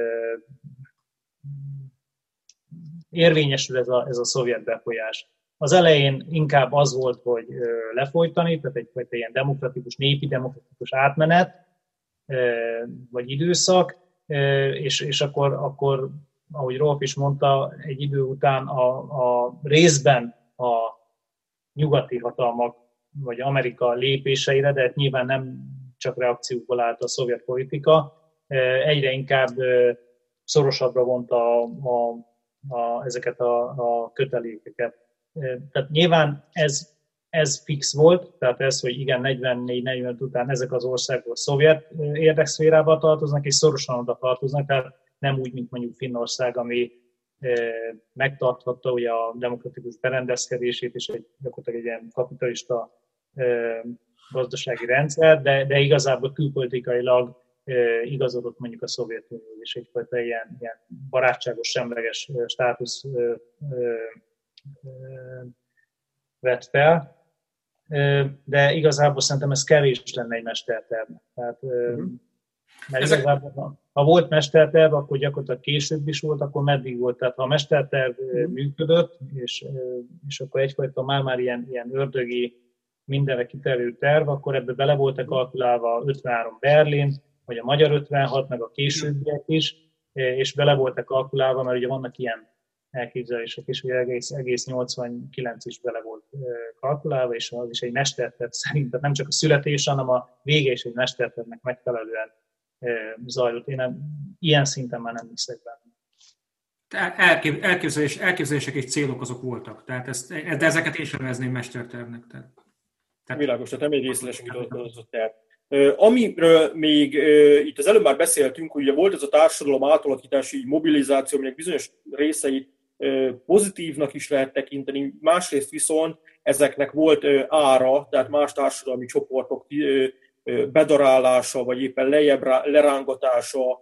érvényesül ez a, ez a szovjet befolyás. Az elején inkább az volt, hogy e, lefolytani, tehát egyfajta ilyen demokratikus, népi demokratikus átmenet, vagy időszak, és, és akkor, akkor, ahogy Rolf is mondta, egy idő után a, a részben a nyugati hatalmak, vagy Amerika lépéseire, de nyilván nem csak reakciókból állt a szovjet politika, egyre inkább szorosabbra vonta a, a a, ezeket a, a kötelékeket. Tehát nyilván ez, ez fix volt, tehát ez, hogy igen, negyvennégy negyvenöt után ezek az országok szovjet érdekszférába tartoznak, és szorosan oda tartoznak, tehát nem úgy, mint mondjuk Finnország, ami megtarthatta ugye a demokratikus berendezkedését, és egy, gyakorlatilag egy ilyen kapitalista gazdasági rendszer, de, de igazából külpolitikailag igazodott mondjuk a Szovjetunió, és egyfajta ilyen, ilyen barátságos, semleges státusz vett fel. De igazából szerintem ez kevés lenne egy mestertervnek. Tehát, uh-huh. Mert igazából, ha volt mesterterv, akkor gyakorlatilag később is volt, akkor meddig volt. Tehát ha a mesterterv uh-huh. működött, és, és akkor egyfajta már-már ilyen, ilyen ördögi, mindenre kiterjedő terv, akkor ebbe bele voltak kalkulálva ötvenhárom Berlin, vagy a magyar ötvenhat, meg a későbbiek is, és bele voltak kalkulálva, mert ugye vannak ilyen elképzelések is, hogy egész, egész nyolcvankilenc is bele volt kalkulálva, és az is egy mesterterv szerint, tehát nem csak a születés, hanem a vége is egy mestertervnek megfelelően zajlott. Én nem, ilyen szinten már nem hiszek benne. Elképzelés, elképzelések és célok azok voltak, tehát ezt, de ezeket én sem nevezném mestertervnek. Tehát, tehát... Világos, tehát nem egy részletes a terv. Amiről még itt az előbb már beszéltünk, hogy ugye volt ez a társadalom átalakítási mobilizáció, aminek bizonyos részeit pozitívnak is lehet tekinteni, másrészt viszont ezeknek volt ára, tehát más társadalmi csoportok bedarálása, vagy éppen lejjebb lerángatása,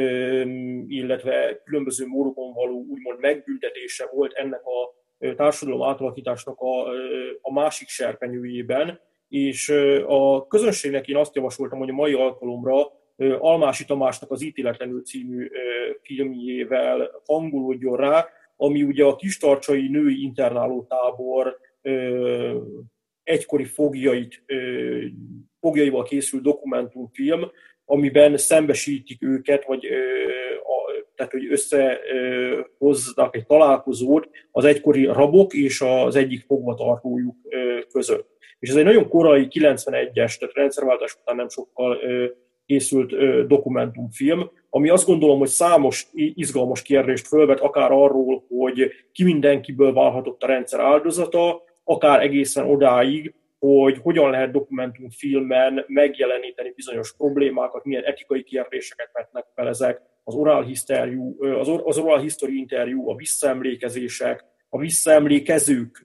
illetve különböző módokon való úgymond megbüntetése volt ennek a társadalom átalakításnak a, a másik serpenyőjében, és a közönségnek én azt javasoltam, hogy a mai alkalomra Almási Tamásnak az Ítéletlenül című filmjével hangolódjon rá, ami ugye a kistarcsai női internálótábor egykori fogjait, fogjaival készült dokumentumfilm, amiben szembesítik őket, vagy tehát, hogy összehoznak egy találkozót az egykori rabok és az egyik fogvatartójuk között. És ez egy nagyon korai kilencvenegyes, tehát rendszerváltás után nem sokkal készült dokumentumfilm, ami azt gondolom, hogy számos izgalmas kérdést fölvet, akár arról, hogy ki mindenkiből válhatott a rendszer áldozata, akár egészen odáig, hogy hogyan lehet dokumentumfilmen megjeleníteni bizonyos problémákat, milyen etikai kérdéseket vetnek fel ezek, az oral history, az oral history interjú, a visszaemlékezések, a visszaemlékezők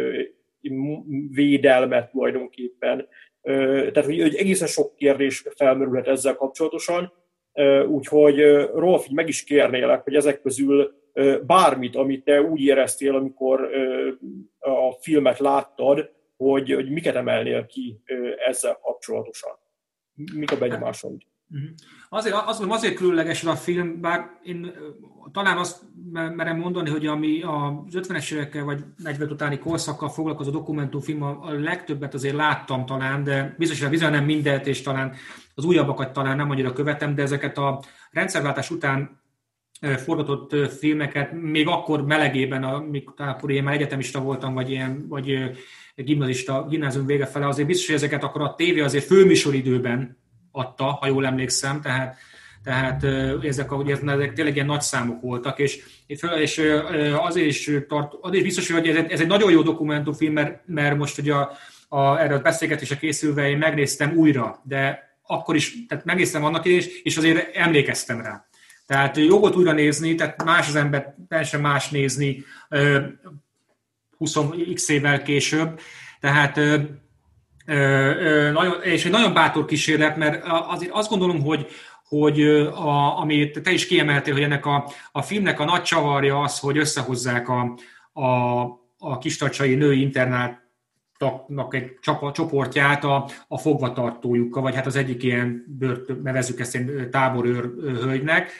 védelmet tulajdonképpen. Tehát, hogy egészen sok kérdés felmerülhet ezzel kapcsolatosan, úgyhogy Rolf, így meg is kérnélek, hogy ezek közül bármit, amit te úgy éreztél, amikor a filmet láttad, hogy, hogy miket emelnél ki ezzel kapcsolatosan. Mik a benyomásod? Azért, azt mondom, azért különleges a film, bár én talán azt merem mondani, hogy ami az ötvenes évekkel vagy negyven utáni korszakkal foglalkozó dokumentumfilm, a legtöbbet azért láttam talán, de biztos, hogy bizony nem mindent, és talán az újabbakat talán nem annyira követem, de ezeket a rendszerváltás után forgatott filmeket, még akkor melegében, amikor én már egyetemista voltam, vagy ilyen, vagy gimnazista, gimnázium vége fele, azért biztos, hogy ezeket akkor a tévé azért főműsoridőben adta, ha jól emlékszem, tehát, tehát ezek, a, ezek tényleg ilyen nagy számok voltak, és, és azért is, tart, azért is biztos, hogy ez egy, ez egy nagyon jó dokumentumfilm, mert, mert most ugye a, a, erre a beszélgetésre készülve én megnéztem újra, de akkor is, tehát megnéztem annak is, és azért emlékeztem rá. Tehát jó volt újra nézni, tehát más az ember, teljesen más nézni húsz x évvel később, tehát nagyon, és egy nagyon bátor kísérlet, mert azért azt gondolom, hogy, hogy a, amit te is kiemeltél, hogy ennek a, a filmnek a nagy csavarja az, hogy összehozzák a, a, a kistarcsai női internáltaknak egy csoportját a, a fogvatartójukkal, vagy hát az egyik ilyen, bört, nevezzük ezt egy táborőr hölgynek.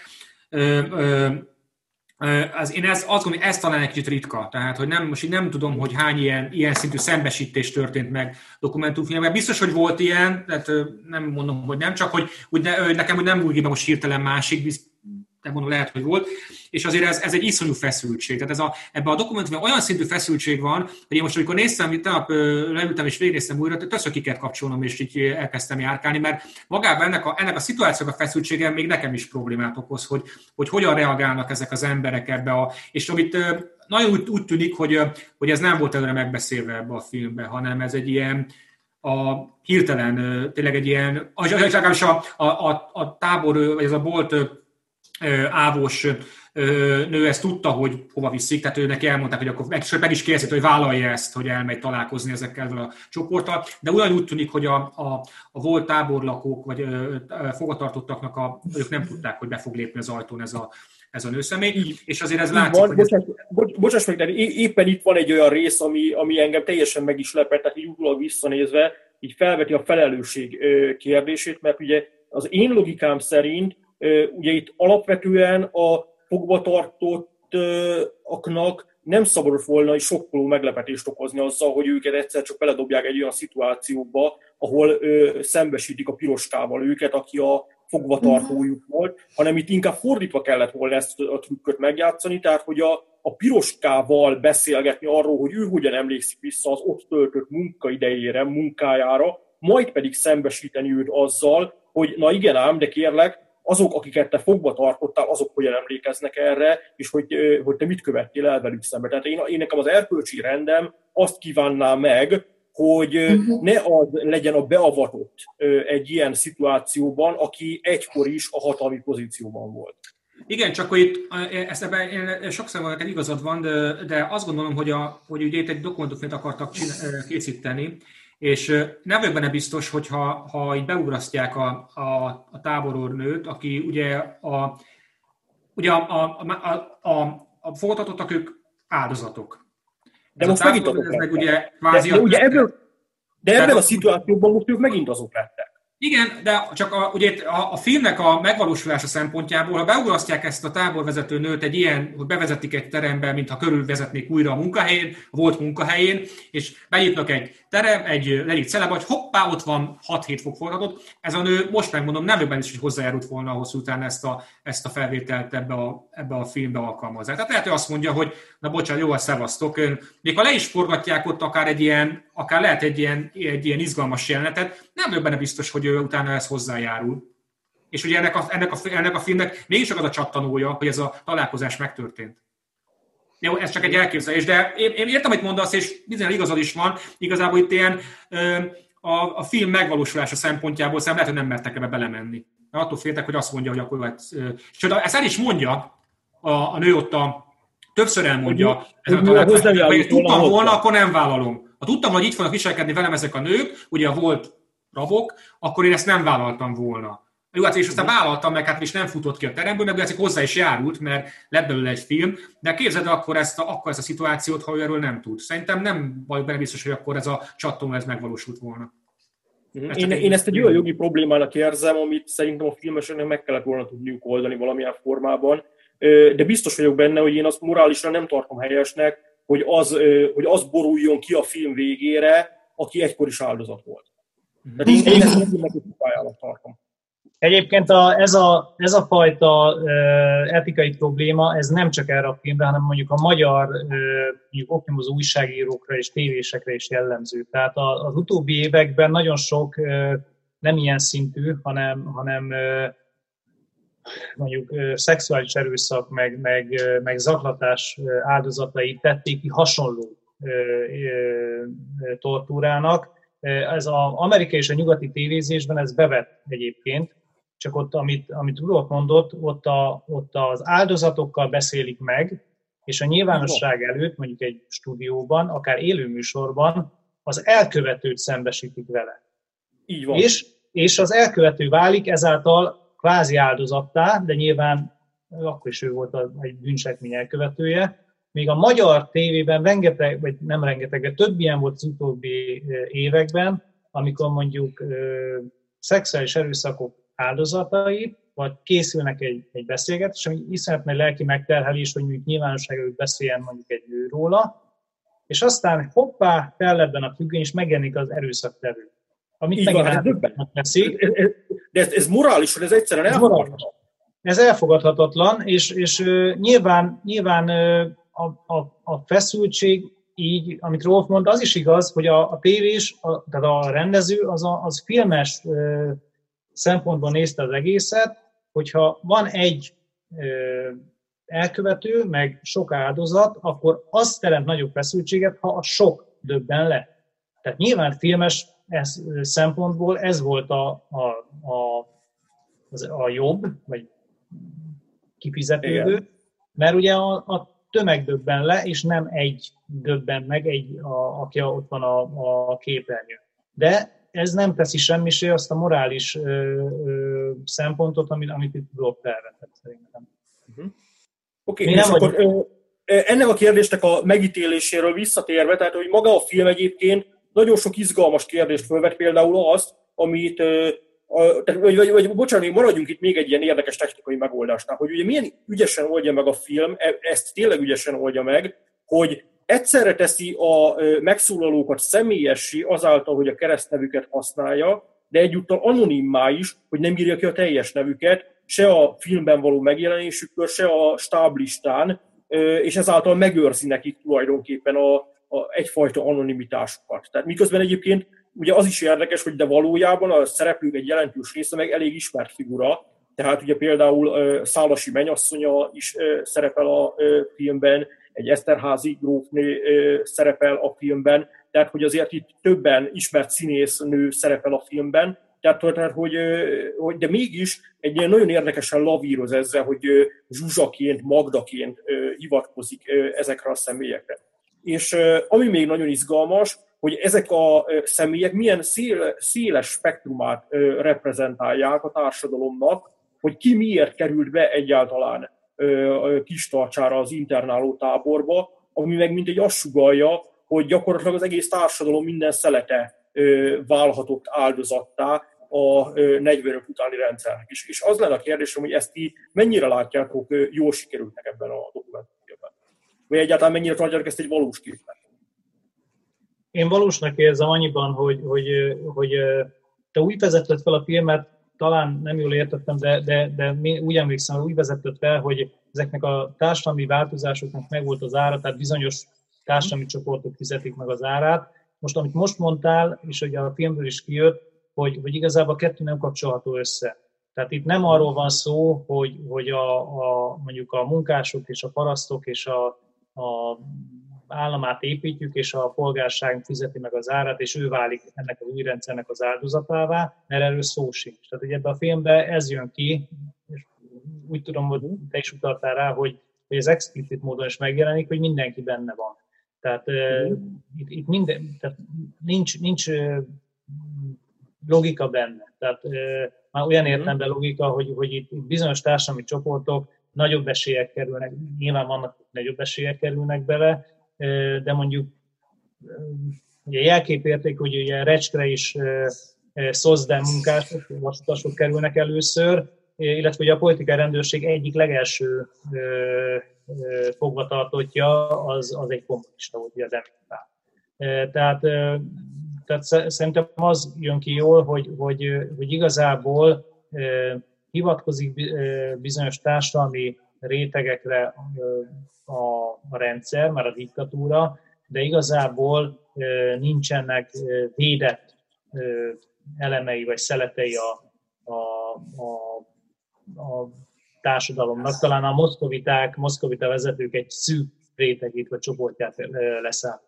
Az, én ez, azt gondolom, hogy ez talán egy kicsit ritka, tehát hogy nem, most így nem tudom, hogy hány ilyen, ilyen szintű szembesítés történt meg dokumentumfilmekben. Biztos, hogy volt ilyen, tehát nem mondom, hogy nem, csak hogy, hogy ne, nekem hogy nem úgy most hirtelen másik, de mondom, lehet, hogy volt, és azért ez, ez egy iszonyú feszültség. Tehát ez a, ebben a dokumentumban olyan szintű feszültség van, hogy én most, amikor néztem, tegnap leültem és végignéztem újra, többször ki kellett kapcsolnom, és így elkezdtem járkálni, mert magában ennek a, ennek a szituációnak a feszültsége még nekem is problémát okoz, hogy, hogy hogyan reagálnak ezek az emberek ebbe a... És amit nagyon úgy, úgy tűnik, hogy, hogy ez nem volt előre megbeszélve ebbe a filmbe, hanem ez egy ilyen a hirtelen, tényleg egy ilyen, legalábbis a, a, a, a tábor, vagy ez a bolt ávós nő ezt tudta, hogy hova viszik, tehát ő neki elmondták, hogy akkor meg, meg is kérdezett, hogy vállalja ezt, hogy elmegy találkozni ezekkel a csoporttal, de olyan úgy tűnik, hogy a, a, a volt táborlakók, vagy fogvatartottaknak a, ők nem tudták, hogy be fog lépni az ajtón ez a, ez a nőszemély, és azért ez látszik, van, hogy... Bocsáss, ez... bocs, bocsáss meg, de éppen itt van egy olyan rész, ami, ami engem teljesen meg is lepett, tehát így utólag visszanézve, így felveti a felelősség kérdését, mert ugye az én logikám szerint ugye itt alapvetően a fogvatartottaknak nem szabadott volna egy sokkoló meglepetést okozni azzal, hogy őket egyszer csak beledobják egy olyan szituációba, ahol ö, szembesítik a piroskával őket, aki a fogvatartójuk volt, hanem itt inkább fordítva kellett volna ezt a trükköt megjátszani, tehát hogy a, a piroskával beszélgetni arról, hogy ő hogyan emlékszik vissza az ott töltött munkaidejére, munkájára, majd pedig szembesíteni őt azzal, hogy na igen ám, de kérlek, azok, akiket te fogva tartottál, azok hogyan emlékeznek erre, és hogy, hogy te mit követtél el velük szembe. Tehát én, én nekem az erkölcsi rendem azt kívánná meg, hogy uh-huh. ne az legyen a beavatott egy ilyen szituációban, aki egykor is a hatalmi pozícióban volt. Igen, csak hogy itt, ezt ebben sokszor neked igazad van, de, de azt gondolom, hogy, a, hogy ugye itt egy dokumentumfilmet akartak csinál, készíteni, és nem vagyok benne biztos, hogy ha, ha így beugrasztják a, a, a táborőrnőt, aki ugye a, ugye a, a, a, a, a fogvatartottak, ők áldozatok. De most megint azok lettek. meg Ugye, kvázi de, de, ugye ebből, de ebben Tehát, a szituációban most ők megint azok lettek. Igen, de csak a, ugye a, a filmnek a megvalósulása szempontjából, ha beugrasztják ezt a táborvezető nőt egy ilyen, hogy bevezetik egy terembe, mintha körülvezetnék újra a munkahelyén, a volt munkahelyén, és benyitnak egy terem, egy legyik celebe, hogy hoppá, ott van hat-hét fogvatartott. Ez a nő, most megmondom, nem őben is, hogy hozzájárult volna ahhoz, hogy utána ezt a, ezt a felvételt ebbe a, ebbe a filmbe alkalmazzák. Tehát lehet, hogy azt mondja, hogy na bocsánat, jó, szevasztok. Még ha le is forgatják ott akár egy ilyen, akár lehet egy ilyen, egy ilyen izgalmas jelenetet, nem vagyok benne biztos, hogy ő utána ez hozzájárul. És ugye ennek a, ennek, a, ennek a filmnek mégis az a csattanója, hogy ez a találkozás megtörtént. Jó, ez csak egy elképzelés, de én, én értem, hogy mondasz, és bizonyos igazad is van. Igazából itt ilyen a, a film megvalósulása szempontjából szerintem lehet, hogy nem mertek ebbe belemenni. Mert attól féltek, hogy azt mondja, hogy akkor lehet... Sőt, ezt el is mondja a, a nő ott a... Többször elmondja, ez a találkozás, hogy tudtam volna, akkor nem vállalom. Ha tudtam, hogy így fognak viselkedni velem ezek a nők, ugye a volt rabok, akkor én ezt nem vállaltam volna. Jó, hát és aztán vállaltam, meg hát is nem futott ki a teremből, meg ezt hozzá is járult, mert lett belőle egy film, de képzeld akkor ezt a, akkor ezt a szituációt, ha ő erről nem tud. Szerintem nem vagyok benne biztos, hogy akkor ez a csattanó ez megvalósult volna. Ez én, én ezt egy olyan jogi problémának érzem, amit szerintem a filmeseknek meg kellett volna tudniuk oldani valamilyen formában, de biztos vagyok benne, hogy én azt morálisan nem tartom helyesnek, hogy az, hogy az boruljon ki a film végére, aki egykor is áldozat volt. Tehát én, én ezt mindenki pályának tartom. Egyébként a, ez, a, ez a fajta uh, etikai probléma, ez nem csak erre a filmre, hanem mondjuk a magyar uh, oknyomozó újságírókra és tévésekre is jellemző. Tehát a, az utóbbi években nagyon sok uh, nem ilyen szintű, hanem, hanem uh, mondjuk uh, szexuális erőszak, meg, meg, uh, meg zaklatás uh, áldozatai tették ki hasonló uh, uh, tortúrának. Ez az amerikai és a nyugati tévézésben ez bevett egyébként, csak ott, amit, amit Rudolf mondott, ott, a, ott az áldozatokkal beszélik meg, és a nyilvánosság előtt, mondjuk egy stúdióban, akár élőműsorban, az elkövetőt szembesítik vele. Így van. És, és az elkövető válik ezáltal kvázi áldozattá, de nyilván akkor is ő volt egy bűncselekmény elkövetője. Még a magyar tévében rengeteg, vagy nem rengeteg, de több ilyen volt az utóbbi években, amikor mondjuk ö, szexuális erőszakok áldozatai, vagy készülnek egy, egy beszélgetés, ami iszonyat nagy lelki megterhelés, hogy mondjuk nyilvánosság előtt beszéljen mondjuk egy nő róla, és aztán hoppá, fellebben a függöny, és megjelenik az erőszaktevő. Amit megint átadnak teszik. De ez, ez morálisan, ez egyszerűen elfogadhatatlan. ez elfogadhatatlan, és, és nyilván, nyilván a, a, a feszültség, így, amit Rolf mondta, az is igaz, hogy a, a tévés, a, tehát a rendező, az, a, az filmes ö, szempontból nézte az egészet, hogyha van egy ö, elkövető, meg sok áldozat, akkor az teremt nagyobb feszültséget, ha a sok döbben le. Tehát nyilván filmes ez, szempontból ez volt a, a, a, az, a jobb, vagy kifizetődő, igen. Mert ugye a, a tömeg döbben le, és nem egy döbben meg, egy, a, aki ott van a, a képernyő. De ez nem teszi semmisé azt a morális ö, ö, szempontot, amit, amit itt blog felvetett szerintem. Uh-huh. Oké, okay, és akkor ö, ennek a kérdésnek a megítéléséről visszatérve, tehát hogy maga a film egyébként nagyon sok izgalmas kérdést fölvet, például azt, amit, ö, a, tehát, vagy, vagy, vagy bocsánat, maradjunk itt még egy ilyen érdekes technikai megoldásnál, hogy ugye milyen ügyesen oldja meg a film, ezt tényleg ügyesen oldja meg, hogy egyszerre teszi a megszólalókat személyessé azáltal, hogy a keresztnevüket használja, de egyúttal anonimmá is, hogy nem írja ki a teljes nevüket, se a filmben való megjelenésükkor, se a stáblistán, és ezáltal megőrzi nekik tulajdonképpen a, a egyfajta anonimitásukat. Tehát miközben egyébként ugye az is érdekes, hogy de valójában a szereplők egy jelentős része meg elég ismert figura, tehát ugye például Szálasi mennyasszonya is szerepel a filmben, egy Eszterházy grófnő szerepel a filmben, tehát hogy azért itt többen ismert színésznő szerepel a filmben, tehát hogy, hogy de mégis egy ilyen nagyon érdekesen lavíroz ezzel, hogy Zsuzsaként, Magdaként hivatkozik ezekre a személyekre. És ami még nagyon izgalmas, hogy ezek a személyek milyen széle, széles spektrumát reprezentálják a társadalomnak, hogy ki miért került be egyáltalán Kistarcsára az internáló táborba, ami meg mintegy azt sugallja, hogy gyakorlatilag az egész társadalom minden szelete válhatott áldozattá a negyvenöt utáni rendszernek is. És az lenne a kérdésem, hogy ezt ti mennyire látjátok jól sikerültek ebben a dokumentumfilmben? Vagy egyáltalán mennyire tartjátok ezt egy valós képnek? Én valósnak érzem annyiban, hogy, hogy, hogy te úgy vezetted fel a filmet, talán nem jól értettem, de, de, de úgy emlékszem, hogy úgy vezetted fel, hogy ezeknek a társadalmi változásoknak megvolt az ára, tehát bizonyos társadalmi csoportok fizetik meg az árát. Most, amit most mondtál, és ugye a filmből is kijött, hogy, hogy igazából a kettő nem kapcsolható össze. Tehát itt nem arról van szó, hogy, hogy a, a, mondjuk a munkások és a parasztok és a, a államát építjük, és a polgárság fizeti meg az árát, és ő válik ennek az új rendszernek az áldozatává, mert erről szó sincs. Tehát, hogy ebben a filmben ez jön ki, és úgy tudom, hogy te is utaltál rá, hogy, hogy ez explicit módon is megjelenik, hogy mindenki benne van. Tehát, uh, itt, itt minden, tehát nincs, nincs uh, logika benne. Tehát uh, már olyan értelemben logika, hogy, hogy itt, itt bizonyos társadalmi csoportok nagyobb esélyek kerülnek, nyilván vannak nagyobb esélyek kerülnek bele, de mondjuk ugye jelképérték, hogy ugye Recskre is Szozden munkások, vasutasok kerülnek először, illetve ugye a politikai rendőrség egyik legelső fogvatartottja az, az egy kommunista volt, ugye az em ká pé. Tehát, tehát szerintem az jön ki jól, hogy, hogy, hogy igazából hivatkozik bizonyos társadalmi rétegekre a, a rendszer, már a diktatúra, de igazából nincsenek védett elemei vagy szeletei a, a, a, a társadalomnak. Talán a moszkoviták, moszkovita vezetők egy szűk rétegét vagy csoportját leszállítnak.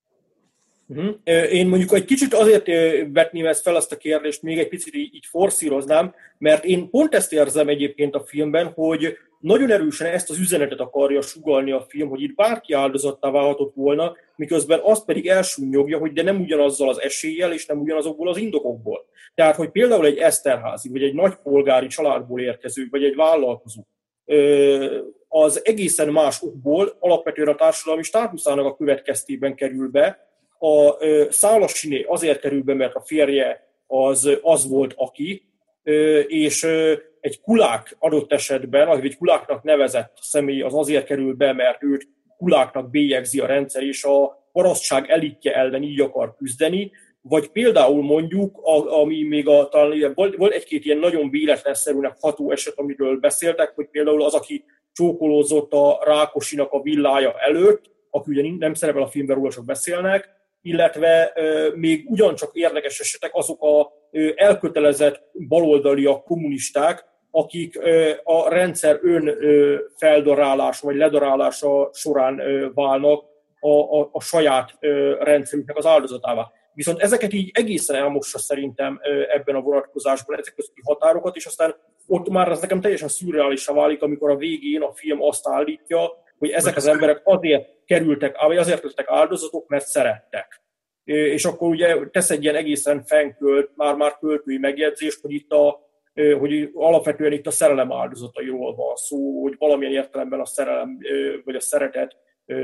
Én mondjuk egy kicsit azért vetném ezt fel, azt a kérdést, még egy picit így forszíroznám, mert én pont ezt érzem egyébként a filmben, hogy nagyon erősen ezt az üzenetet akarja sugallni a film, hogy itt bárki áldozattá válhatott volna, miközben azt pedig elsúnyogja, hogy de nem ugyanazzal az eséllyel, és nem ugyanazokból az indokokból. Tehát, hogy például egy Eszterházy, vagy egy nagypolgári családból érkező, vagy egy vállalkozó, az egészen más okból alapvetően a társadalmi státuszának a következtében kerül be. A Szálasiné azért kerül be, mert a férje az, az volt aki, és egy kulák adott esetben, ahogy egy kuláknak nevezett személy az azért kerül be, mert őt kuláknak bélyegzi a rendszer, és a parasztság elitje ellen így akar küzdeni. vagy például mondjuk, a, ami még a, talán volt, volt egy-két ilyen nagyon véletlenszerűnek ható eset, amiről beszéltek, hogy például az, aki csókolózott a Rákosinak a villája előtt, aki ugye nem szerepel a filmben, róla csak beszélnek, illetve ö, még ugyancsak érdekes esetek azok a ö, elkötelezett baloldaliak, kommunisták, akik ö, a rendszer ön ö, feldarálása vagy ledarálása során ö, válnak a, a, a saját ö, rendszerüknek az áldozatává. Viszont ezeket így egészen elmossa szerintem ö, ebben a vonatkozásban ezek közötti határokat, és aztán ott már ez nekem teljesen szürreálisra válik, amikor a végén a film azt állítja, hogy ezek az emberek azért kerültek, vagy azért lettek áldozatok, mert szerettek. És akkor ugye tesz egy ilyen egészen fenkölt, már-már költői megjegyzést, hogy itt a, hogy alapvetően itt a szerelem áldozatairól van szó, hogy valamilyen értelemben a szerelem vagy a szeretet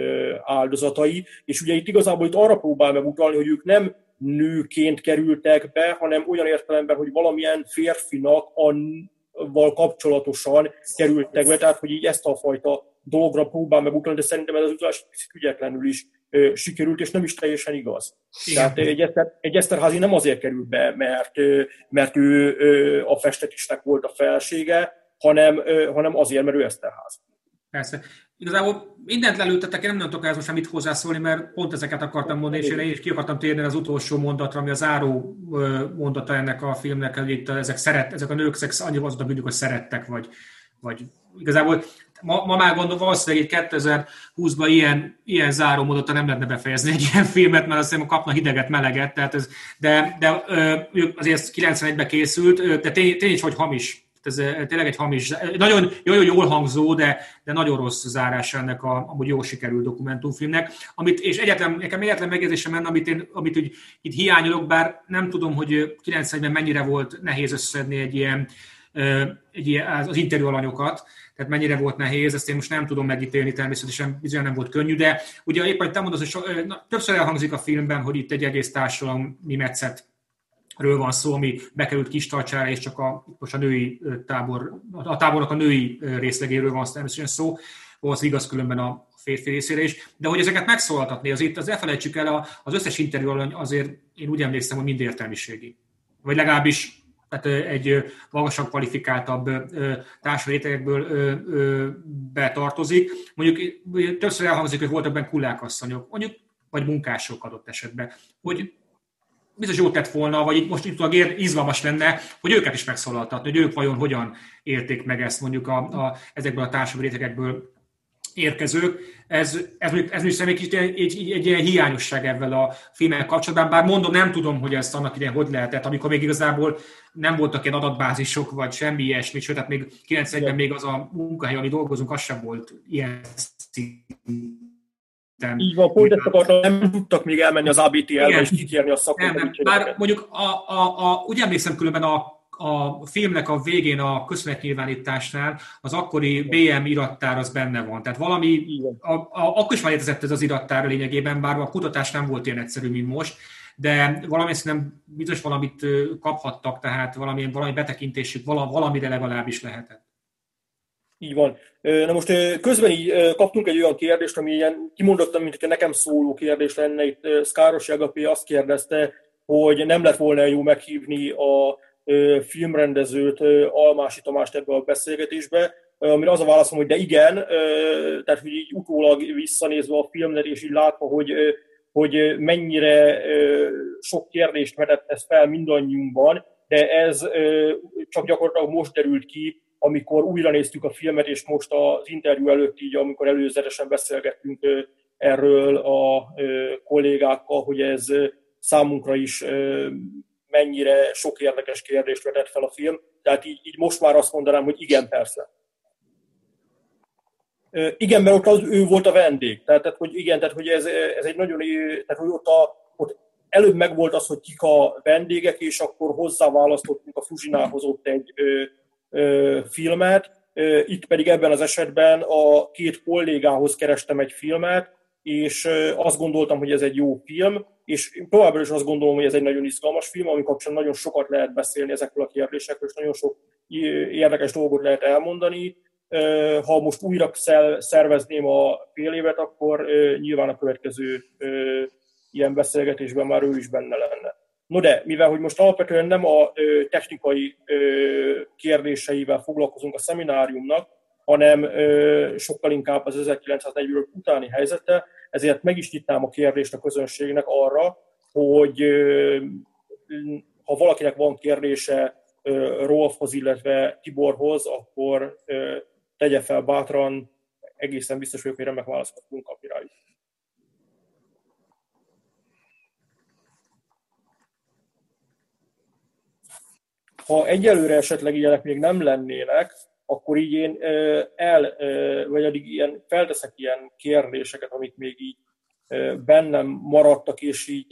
áldozatai. És ugye itt igazából itt arra próbál megutalni, hogy ők nem nőként kerültek be, hanem olyan értelemben, hogy valamilyen férfinak a val kapcsolatosan kerültek be, tehát hogy így ezt a fajta dologra próbál megutalni, de szerintem ez az utalás ügyetlenül is ö, sikerült, és nem is teljesen igaz. Igen. Tehát egy, Eszter, egy Eszterházy nem azért került be, mert, mert ő ö, a festetisnek volt a felesége, hanem, ö, hanem azért, mert ő Eszterházy. Persze. Igazából mindent lelőttetek, én nem nagyon tudok ezt most semmit hozzászólni, mert pont ezeket akartam mondani, és én is ki akartam térni az utolsó mondatra, ami a záró mondata ennek a filmnek, hogy itt ezek, szeret, ezek a nők szex, annyi az, hogy hogy szerettek, vagy, vagy igazából ma, ma már gondolom, valószínűleg itt kétezer-húszban ilyen, ilyen záró mondata nem lehetne befejezni egy ilyen filmet, mert azt hiszem kapna hideget, meleget, tehát ez, de, de azért kilencvenegyben készült, de tény, tény is, hogy hamis. Ez tényleg egy hamis, nagyon, nagyon jól hangzó, de, de nagyon rossz zárása ennek a amúgy jól sikerült dokumentumfilmnek. Amit, és egyetlen, nekem egyetlen megjegyzésem menne, amit, én, amit úgy, itt hiányolok, bár nem tudom, hogy kilencvenegyben mennyire volt nehéz összeszedni egy ilyen, egy ilyen, az interjú alanyokat, tehát mennyire volt nehéz, ezt én most nem tudom megítélni, természetesen bizony nem volt könnyű, de ugye éppen, hogy te mondod, hogy na, többször elhangzik a filmben, hogy itt egy egész társadalmi metszet ről van szó, ami bekerült Kistarcsára, és csak a, most a női tábor, a tábornak a női részlegéről van természetesen szó, az igaz különben a férfi részére is, de hogy ezeket megszólaltatni, azért az elfelejtsük el, az összes interjú alany azért én úgy emlékszem, hogy mind értelmiségi. Vagy legalábbis tehát egy magasabb kvalifikáltabb társadalmi rétegekből betartozik. Mondjuk többször elhangzik, hogy voltak benne kullákasszonyok, mondjuk, vagy munkások adott esetben, hogy biztos jót tett volna, vagy most itt izgalmas lenne, hogy őket is megszólaltatni, hogy ők vajon hogyan élték meg ezt mondjuk a, a, ezekből a társadalmi rétegekből érkezők. Ez, ez, ez is egy, egy, egy, egy ilyen hiányosság ebben a filmmel kapcsolatban, bár mondom, nem tudom, hogy ezt annak idején hogy lehetett, amikor még igazából nem voltak ilyen adatbázisok, vagy semmi ilyesmi, sőt, tehát még kilencvenegyben még az a munkahely, ami dolgozunk, az sem volt ilyen szinten. Így van, pont ezt akartam, nem tudtak még elmenni az á bé té el-be és kikérni a szakmai. Bár mondjuk a, a, a, úgy emlékszem különben a, a filmnek a végén a köszönetnyilvánításnál az akkori bé em irattár az benne van. Tehát valami, a, a, akkor is már létezett ez az irattár lényegében, bár a kutatás nem volt ilyen egyszerű, mint most, de valami szerintem biztos valamit kaphattak, tehát valami, valami betekintésük valamire legalábbis lehetett. Így van. Na most közben így kaptunk egy olyan kérdést, ami ilyen kimondottan, mint hogy nekem szóló kérdés lenne. Itt Szkáros Agapé azt kérdezte, hogy nem lett volna jó meghívni a filmrendezőt, Almási Tamást ebbe a beszélgetésbe, amire az a válaszom, hogy de igen, tehát hogy így utólag visszanézve a filmnet, és így látva, hogy, hogy mennyire sok kérdést vetett ez fel mindannyiunkban, de ez csak gyakorlatilag most derült ki, amikor újra néztük a filmet, és most az interjú előtt így, amikor előzetesen beszélgettünk erről a kollégákkal, hogy ez számunkra is mennyire sok érdekes kérdést vetett fel a film. Tehát így, így most már azt mondanám, hogy igen, persze. Igen, mert ott az, ő volt a vendég. Tehát, tehát hogy igen, tehát hogy ez, ez egy nagyon, tehát hogy ott, a, ott előbb megvolt az, hogy kik a vendégek, és akkor hozzáválasztottunk a Fruzsinához ott egy filmet, itt pedig ebben az esetben a két kollégához kerestem egy filmet, és azt gondoltam, hogy ez egy jó film, és továbbra is azt gondolom, hogy ez egy nagyon izgalmas film, ami kapcsán nagyon sokat lehet beszélni ezekről a kérdésekről, és nagyon sok érdekes dolgot lehet elmondani. Ha most újra szervezném a fél évet, akkor nyilván a következő ilyen beszélgetésben már ő is benne lenne. No de, mivel hogy most alapvetően nem a ö, technikai ö, kérdéseivel foglalkozunk a szemináriumnak, hanem ö, sokkal inkább az ezerkilencszáznegyvenöt utáni helyzete, ezért meg is nyitnám a kérdést a közönségnek arra, hogy ö, ha valakinek van kérdése ö, Rolfhoz, illetve Tiborhoz, akkor ö, tegye fel bátran, egészen biztos vagyok, hogy remek válaszokat tudunk kapni rájuk. Ha egyelőre esetleg ilyenek még nem lennének, akkor így én el, vagy addig ilyen, felteszek ilyen kérdéseket, amik még így bennem maradtak, és így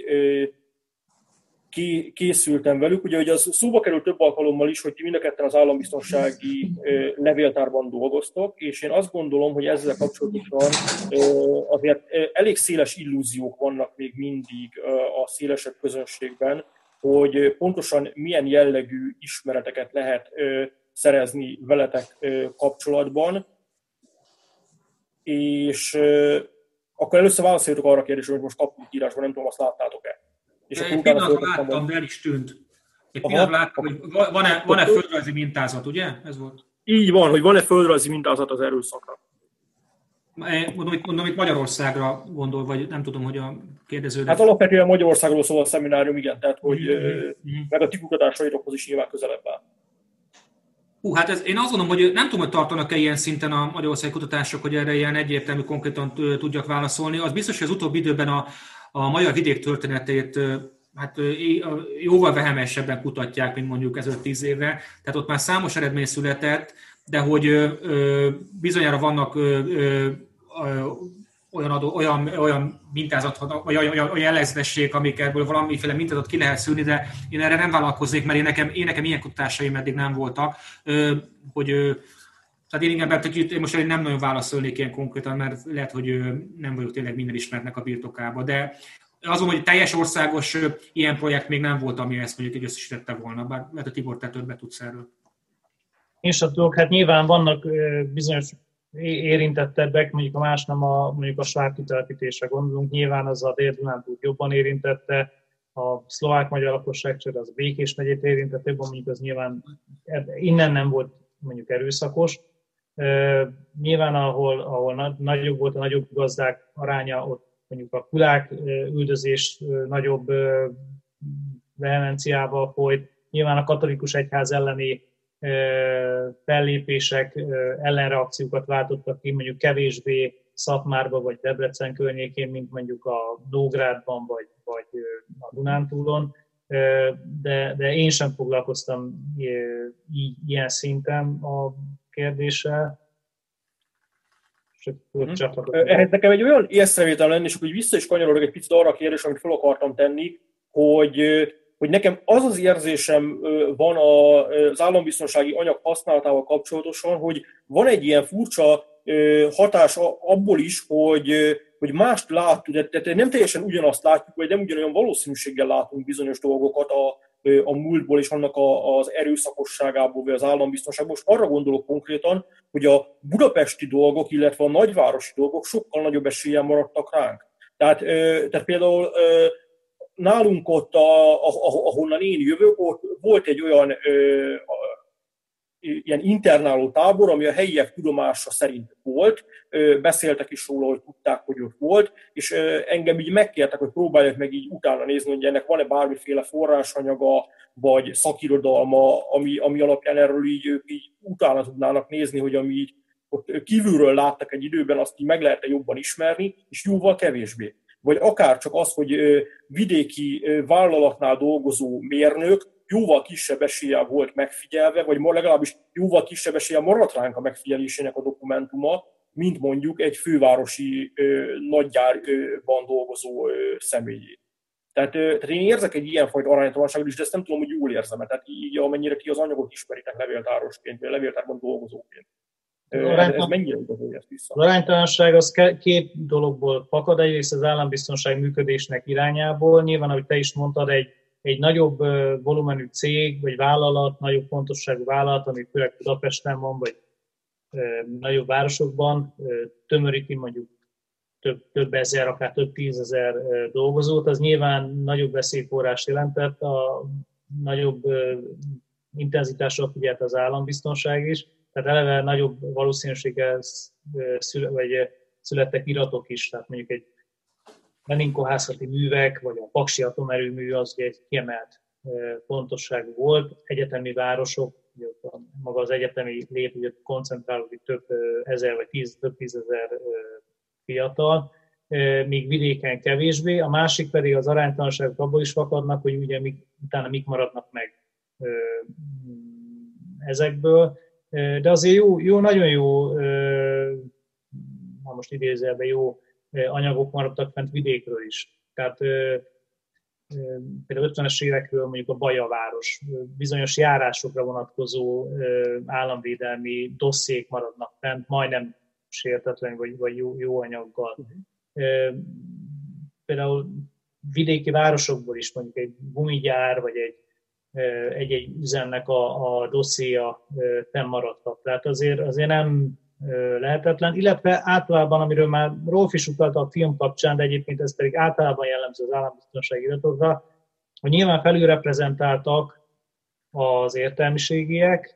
készültem velük. Ugye, hogy az szóba került több alkalommal is, hogy ti mind a ketten az állambiztonsági levéltárban dolgoztok, és én azt gondolom, hogy ezzel kapcsolatosan azért elég széles illúziók vannak még mindig a szélesebb közönségben, hogy pontosan milyen jellegű ismereteket lehet szerezni veletek kapcsolatban. És akkor először válaszoljatok arra a kérdésre, hogy most kaptunk írásban, nem tudom, azt láttátok-e. És egy pillanatra láttam, de el is tűnt. Egy pillanatra láttam, hogy van-e, van-e földrajzi mintázat, ugye? Ez volt. Így van, hogy van-e földrajzi mintázat az erőszakra. Mondom, itt, mondom, itt Magyarországra gondol, vagy nem tudom, hogy a kérdezőnek... Hát alapvetően Magyarországról szól a szeminárium, igen, tehát hogy mm-hmm. meg a ti kutatásaitokhoz is nyilván közelebb áll. Hú, hát ez, én azt gondolom, hogy nem tudom, hogy tartanak-e ilyen szinten a magyarországi kutatások, hogy erre ilyen egyértelmű, konkrétan tudjak válaszolni. Az biztos, hogy az utóbbi időben a, a magyar vidék történetét hát jóval vehemensebben kutatják, mint mondjuk ez öt-tíz éve. Tehát ott már számos eredmény született, de hogy ö, bizonyára vannak ö, ö, olyan, adó, olyan, olyan mintázat, vagy olyan, olyan jellegzetesség, amikből valamiféle mintázat ki lehet szűrni, de én erre nem vállalkoznék, mert én nekem, én nekem ilyen kutatásaim eddig nem voltak, ö, hogy ö, tehát én inkább, én most nem nagyon válaszolnék ilyen konkrétan, mert lehet, hogy ö, nem vagyok tényleg minden ismertnek a birtokába, de azon, hogy teljes országos ö, ilyen projekt még nem volt, ami ezt mondjuk így összesítette volna, bár lehet, a Tibor, te többet tudsz erről. Én sem tudok, hát nyilván vannak bizonyos érintettebbek, mondjuk a más nem a, mondjuk a sváb kitelepítésre gondolunk, nyilván az a Dél-Dunántúlt jobban érintette, a szlovák-magyar lakosságcsere az a Békés megyét érintette, jobban mondjuk az nyilván innen nem volt mondjuk erőszakos. Nyilván ahol, ahol nagyobb volt a nagyobb gazdák aránya, ott mondjuk a kulák üldözés nagyobb vehemenciával folyt, nyilván a katolikus egyház elleni fellépések, ellenreakciókat váltottak ki, mondjuk kevésbé Szatmárban vagy Debrecen környékén, mint mondjuk a Nógrádban vagy, vagy a Dunántúlon, de, de én sem foglalkoztam így, ilyen szinten a kérdéssel. Ehhez nekem egy olyan észrevétel lenni, és akkor vissza is kanyarodok egy picit arra a kérdésre, amit fel akartam tenni, hogy hogy nekem az az érzésem van az állambiztonsági anyag használatával kapcsolatosan, hogy van egy ilyen furcsa hatás abból is, hogy, hogy mást látjuk, tehát nem teljesen ugyanazt látjuk, vagy nem ugyanolyan valószínűséggel látunk bizonyos dolgokat a, a múltból és annak az erőszakosságából, vagy az állambiztonságból. Most arra gondolok konkrétan, hogy a budapesti dolgok, illetve a nagyvárosi dolgok sokkal nagyobb eséllyel maradtak ránk. Tehát, tehát például nálunk ott, a, ahonnan én jövök, ott volt egy olyan ö, ilyen internáló tábor, ami a helyiek tudomása szerint volt, ö, beszéltek is róla, hogy tudták, hogy ott volt, és ö, engem így megkértek, hogy próbáljak meg így utána nézni, hogy ennek van-e bármiféle forrásanyaga, vagy szakirodalma, ami, ami alapján erről így ők így utána tudnának nézni, hogy ami így ott kívülről láttak egy időben, azt így meg lehet-e jobban ismerni, és jóval kevésbé. Vagy akár csak az, hogy vidéki vállalatnál dolgozó mérnök jóval kisebb eséllyel volt megfigyelve, vagy legalábbis jóval kisebb eséllyel maradt ránk a megfigyelésének a dokumentuma, mint mondjuk egy fővárosi nagygyárban dolgozó személyé. Tehát, tehát én érzek egy ilyenfajta aránytalanságot is, de ezt nem tudom, hogy jól érzem, tehát így amennyire ti az anyagot ismeritek levéltárosként, vagy levéltárban dolgozóként. Ez mennyire igazolja ezt vissza? Az aránytalanság az két dologból fakad, egyrészt az állambiztonság működésnek irányából. Nyilván, ahogy te is mondtad, egy, egy nagyobb volumenű cég, vagy vállalat, nagyobb fontosságú vállalat, ami főleg Budapesten van, vagy e, nagyobb városokban, e, tömöríti mondjuk több, több ezer, akár több tízezer dolgozót, az nyilván nagyobb veszélyforrás jelentett, a nagyobb intenzitásra figyelt az állambiztonság is, tehát eleve nagyobb valószínűséggel szüle, vagy születtek iratok is, tehát mondjuk egy leninkohászati művek, vagy a paksi atomerőmű az egy kiemelt fontosságú volt. Egyetemi városok, maga az egyetemi lét ugye koncentrálódik több ezer vagy tíz, több tízezer fiatal, míg vidéken kevésbé. A másik pedig az aránytalanságok abból is fakadnak, hogy ugye mik, utána mik maradnak meg ezekből. De azért jó, jó nagyon jó, ha most idézőjelben jó anyagok maradtak fent vidékről is. Tehát például ötvenes évekről mondjuk a Baja város, bizonyos járásokra vonatkozó államvédelmi dossziék maradnak fent, majdnem sértetlen vagy, vagy jó, jó anyaggal. Uh-huh. Például vidéki városokból is mondjuk egy gumigyár, vagy egy egy-egy üzemnek a, a dosszéja fennmaradhat. Tehát azért, azért nem lehetetlen, illetve általában, amiről már Rolf is utalta a film kapcsán, de egyébként ez pedig általában jellemző az állambiztonsági iratokra, hogy nyilván felülreprezentáltak az értelmiségiek,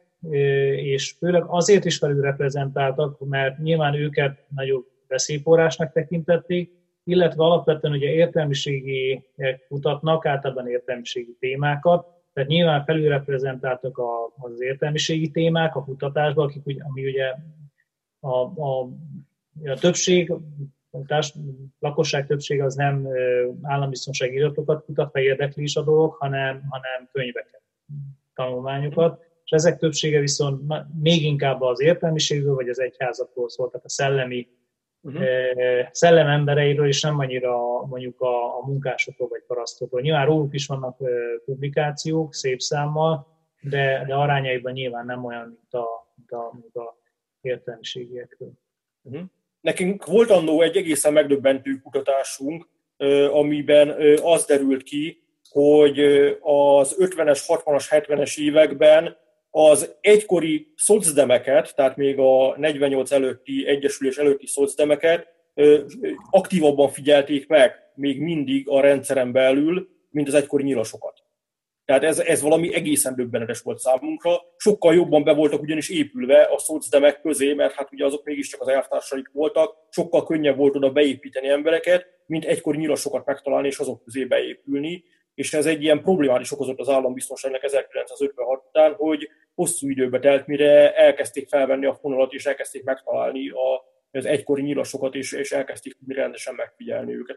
és főleg azért is felülreprezentáltak, mert nyilván őket nagyobb veszélyforrásnak tekintették, illetve alapvetően ugye értelmiségiek kutatnak, általában értelmiségi témákat, tehát nyilván felülreprezentáltak az értelmiségi témák a kutatásban, akik, ami ugye a, a, a többség, a társ, lakosság többsége az nem állambiztonsági iratokat kutat, vagy érdekli is a dolog, hanem, hanem könyveket, tanulmányokat. És ezek többsége viszont még inkább az értelmiségből, vagy az egyházakról szól, tehát a szellemi Uh-huh. szellem embereiről, és nem annyira mondjuk a, a munkásokról vagy parasztokról. Nyilván róluk is vannak publikációk szép számmal, de, de arányaiban nyilván nem olyan, mint a, mint a, mint a értelmiségiekről. Uh-huh. Nekünk volt annó egy egészen megdöbbentő kutatásunk, amiben az derült ki, hogy az ötvenes, hatvanas, hetvenes években az egykori szocdemeket, tehát még a negyvennyolc előtti egyesülés előtti szocdemeket aktívabban figyelték meg még mindig a rendszeren belül, mint az egykori nyilasokat. Tehát ez, ez valami egészen döbbenetes volt számunkra. Sokkal jobban be voltak ugyanis épülve a szocdemek közé, mert hát ugye azok mégiscsak az elvtársaik voltak, sokkal könnyebb volt oda beépíteni embereket, mint egykori nyilasokat megtalálni és azok közé beépülni. És ez egy ilyen problémát is okozott az állambiztonságnak ezerkilencszázötvenhat után, hogy hosszú időbe telt, mire elkezdték felvenni a fonalat, és elkezdték megtalálni a, az egykori nyilasokat, és, és elkezdték rendesen megfigyelni őket.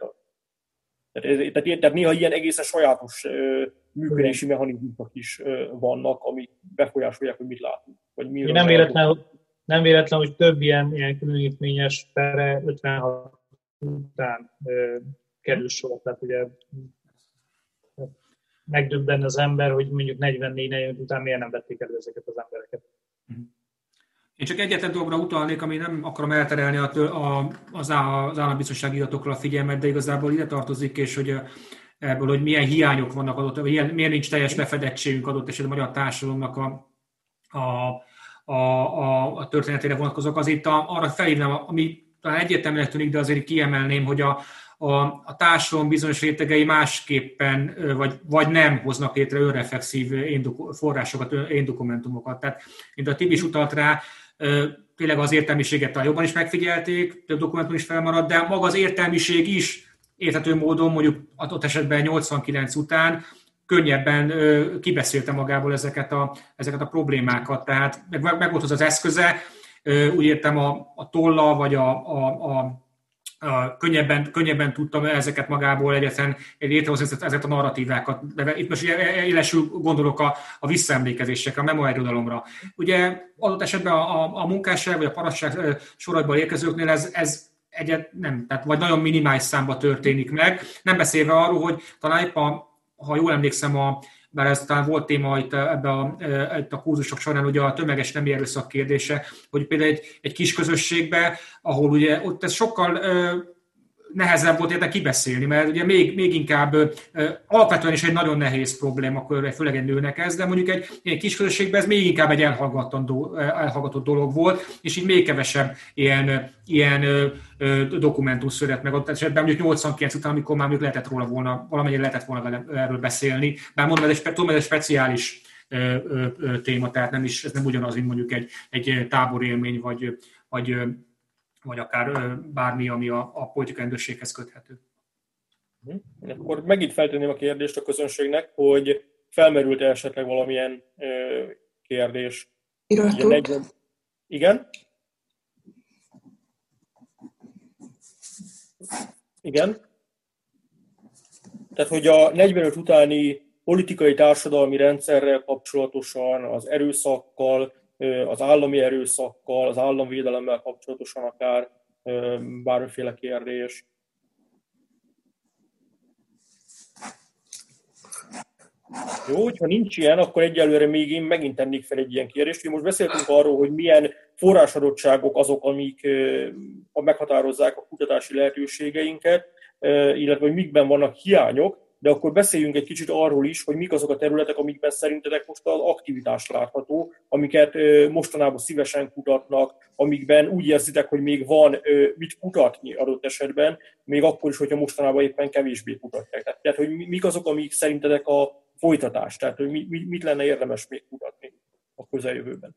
Tehát, tehát, tehát néha ilyen egészen sajátos uh, működési mechanizmusok is uh, vannak, amik befolyásolják, hogy mit látunk. Vagy nem, véletlen, nem véletlen, hogy több ilyen, ilyen különítményes perre ötvenhat után uh, kerül sor. Tehát ugye megdöbben az ember, hogy mondjuk negyvennégy negyvenöt után miért nem vették elő ezeket az embereket. Én csak egyetlen dologra utalnék, ami nem akarom elterelni a, a, az, az állambiztonsági iratokra a figyelmet, de igazából ide tartozik, és hogy ebből, hogy milyen hiányok vannak adott, vagy milyen, milyen nincs teljes lefedettségünk adott esetben a magyar társadalomnak a, a, a, a, a történetére vonatkozók. Az itt a, arra felhívnám, ami talán egyértelműen tűnik, de azért kiemelném, hogy a A, a társadalom bizonyos rétegei másképpen, vagy, vagy nem hoznak létre önreflexív forrásokat, éndokumentumokat. Tehát, mint a Tibi is utalt rá, tényleg az értelmiséget talán jobban is megfigyelték, több dokumentum is felmaradt, de maga az értelmiség is érthető módon, mondjuk adott esetben nyolcvankilenc után könnyebben kibeszélte magából ezeket a, ezeket a problémákat. Tehát meg, meg volt az az eszköze, úgy értem a, a tolla, vagy a, a, a Uh, könnyebben, könnyebben tudtam ezeket magából egyetlen létrehozni ezeket a narratívákat. De itt most élesül gondolok a, a visszaemlékezésekre, a memoárirodalomra. Ugye adott esetben a, a, a munkásság vagy a parasztság soraiból érkezőknél ez, ez egyet nem, tehát vagy nagyon minimális számba történik meg. Nem beszélve arról, hogy talán épp a, ha jól emlékszem, a bár ez talán volt téma itt ebbe a, itt a kurzusok során, ugye a tömeges nemi erőszak kérdése, hogy például egy, egy kis közösségben, ahol ugye ott ez sokkal ö, nehezebb volt érte kibeszélni, mert ugye még, még inkább alapvetően is egy nagyon nehéz probléma, főleg egy nőnek ez, de mondjuk egy, egy kis közösségben ez még inkább egy elhallgatott dolog volt, és így még kevesebb ilyen, ilyen dokumentum született meg ott esetben, mondjuk nyolcvankilenc után, amikor már mondjuk lehetett róla volna, valamennyire lehetett volna erről beszélni, bár mondom, ez egy, tudom, ez egy speciális ö, ö, ö, téma, tehát nem is, ez nem ugyanaz, mint mondjuk egy, egy táborélmény, vagy, vagy, vagy akár bármi, ami a, a politikai rendőrséghez köthető. Akkor megint feltenném a kérdést a közönségnek, hogy felmerült-e esetleg valamilyen ö, kérdés? negyven... Igen? Igen. Tehát, hogy a negyvenöt utáni politikai társadalmi rendszerrel kapcsolatosan, az erőszakkal, az állami erőszakkal, az államvédelemmel kapcsolatosan akár bármiféle kérdés. Jó, hogyha nincs ilyen, akkor egyelőre még én megint tennék fel egy ilyen kérdést. Most beszéltünk arról, hogy milyen forrásadottságok azok, amik meghatározzák a kutatási lehetőségeinket, illetve hogy mikben vannak hiányok, de akkor beszéljünk egy kicsit arról is, hogy mik azok a területek, amikben szerintetek most az aktivitás látható, amiket mostanában szívesen kutatnak, amikben úgy érzitek, hogy még van mit kutatni adott esetben, még akkor is, hogyha mostanában éppen kevésbé kutatják. Tehát, hogy mik azok, amik szerintetek a folytatás, tehát hogy mit lenne érdemes még kutatni a közeljövőben.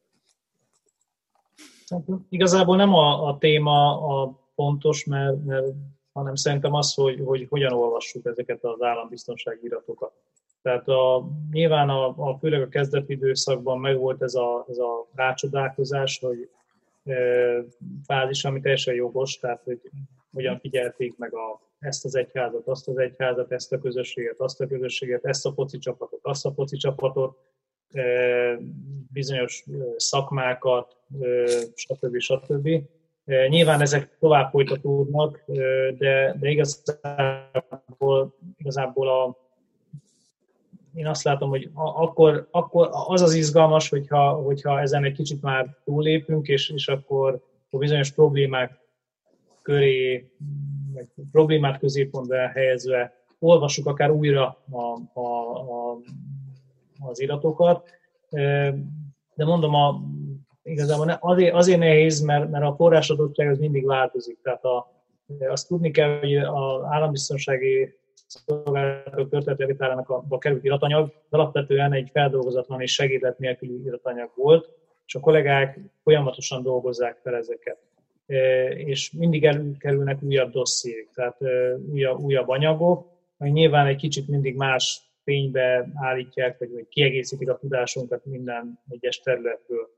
Igazából nem a, a téma a fontos, mert, mert hanem szerintem az, hogy, hogy hogyan olvassuk ezeket az állambiztonsági iratokat. Tehát a, nyilván a, a, főleg a kezdeti időszakban megvolt ez a, ez a rácsodálkozás, hogy e, fázis, ami teljesen jogos, tehát hogy hogyan figyelték meg a, ezt az egyházat, azt az egyházat, ezt a közösséget, azt a közösséget, ezt a foci csapatot, azt a foci csapatot, e, bizonyos szakmákat, e, stb. stb. Nyilván ezek tovább folytatódnak, de, de igazából, igazából a, én azt látom, hogy akkor, akkor az az izgalmas, hogyha, hogyha ezen egy kicsit már túllépünk, és, és akkor a bizonyos problémák köré, vagy problémát középpontba helyezve olvassuk akár újra a, a, a, az iratokat. De mondom, a igazából azért, azért nehéz, mert, mert a forrásadottság az mindig változik. Tehát a, azt tudni kell, hogy az állambiztonsági szolgálatok történeti revitálának a került iratanyag alapvetően egy feldolgozatlan és segédlet nélküli iratanyag volt, és a kollégák folyamatosan dolgozzák fel ezeket. És mindig előkerülnek újabb dossziék, tehát újabb, újabb anyagok, ami nyilván egy kicsit mindig más fénybe állítják, vagy, vagy kiegészítik a tudásunkat minden egyes területről.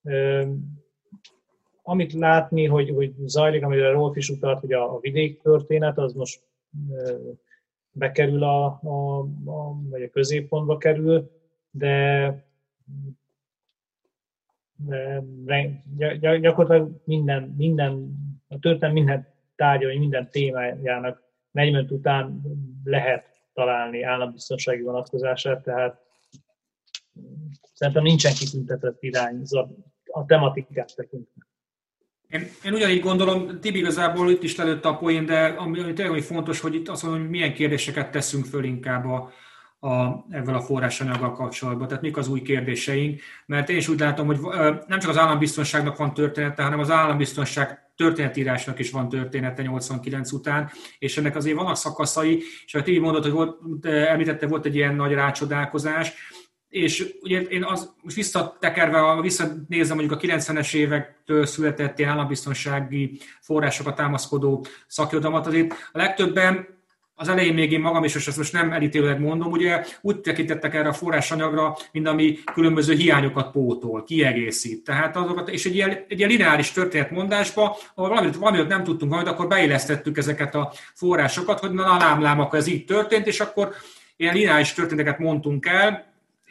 Amit látni, hogy, hogy zajlik, amire Rolf is utalt, hogy a, a vidék történet, az most bekerül a, a, a, vagy a középpontba kerül, de, de gyakorlatilag minden, minden, a történet minden tárgya, vagy minden témájának negyven után lehet találni állambiztonsági vonatkozását, tehát szerintem nincsen kitüntetett irányzat a tematikát tekintve. Én, én ugyanígy gondolom, Tibi igazából itt is lelőtte a poén, de ami, ami tényleg fontos, hogy itt azt mondom, hogy milyen kérdéseket teszünk föl inkább a, a, ezzel a forrásanyaggal kapcsolatban, tehát mik az új kérdéseink, mert én is úgy látom, hogy nem csak az állambiztonságnak van története, hanem az állambiztonság történetírásnak is van története nyolcvankilenc után, és ennek azért vannak szakaszai, és ahogy Tibi mondott, hogy volt, említette, volt egy ilyen nagy rácsodálkozás, és ugye én az, most visszatekerve, visszanézem mondjuk a kilencvenes évektől született ilyen állambiztonsági forrásokat támaszkodó szakirodalmat, azért a legtöbben az elején még én magam is, és ezt most nem elítélőleg mondom, ugye úgy tekintettek erre a forrásanyagra, mint ami különböző hiányokat pótol, kiegészít. Tehát azokat, és egy ilyen, egy ilyen lineáris történetmondásba, ahol valamit, valamit nem tudtunk valamit, akkor beillesztettük ezeket a forrásokat, hogy na lám, lám, akkor ez így történt, és akkor ilyen lineáris történeteket mondtunk el.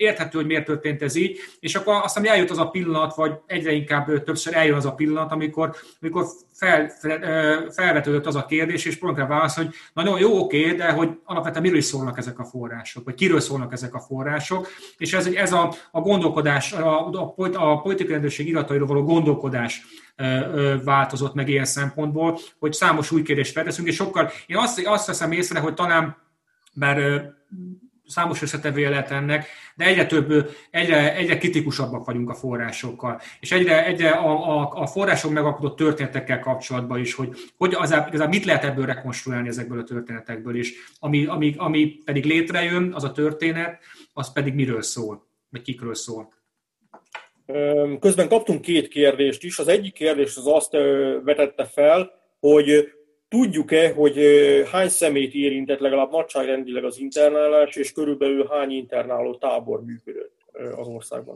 érthető, hogy miért történt ez így, és akkor aztán eljött az a pillanat, vagy egyre inkább többször eljön az a pillanat, amikor, amikor fel, fel, felvetődött az a kérdés, és próbálunk rá válaszolni, hogy nagyon jó, oké, de hogy alapvetően miről is szólnak ezek a források, vagy kiről szólnak ezek a források, és ez, ez a, a gondolkodás, a, a, a politikai rendőrség iratairól való gondolkodás változott meg ilyen szempontból, hogy számos új kérdést felteszünk, és sokkal, én azt, azt veszem észre, hogy talán, bár számos összetevője lehet ennek, de egyre több, egyre, egyre kritikusabbak vagyunk a forrásokkal. És egyre, egyre a, a, a források megalkotott történetekkel kapcsolatban is, hogy, hogy az, igazából mit lehet ebből rekonstruálni ezekből a történetekből is. Ami, ami, ami pedig létrejön, az a történet, az pedig miről szól, vagy kikről szól. Közben kaptunk két kérdést is. Az egyik kérdés az azt vetette fel, hogy tudjuk-e, hogy hány személyt érintett legalább nagyságrendileg az internálás, és körülbelül hány internáló tábor működött az országban?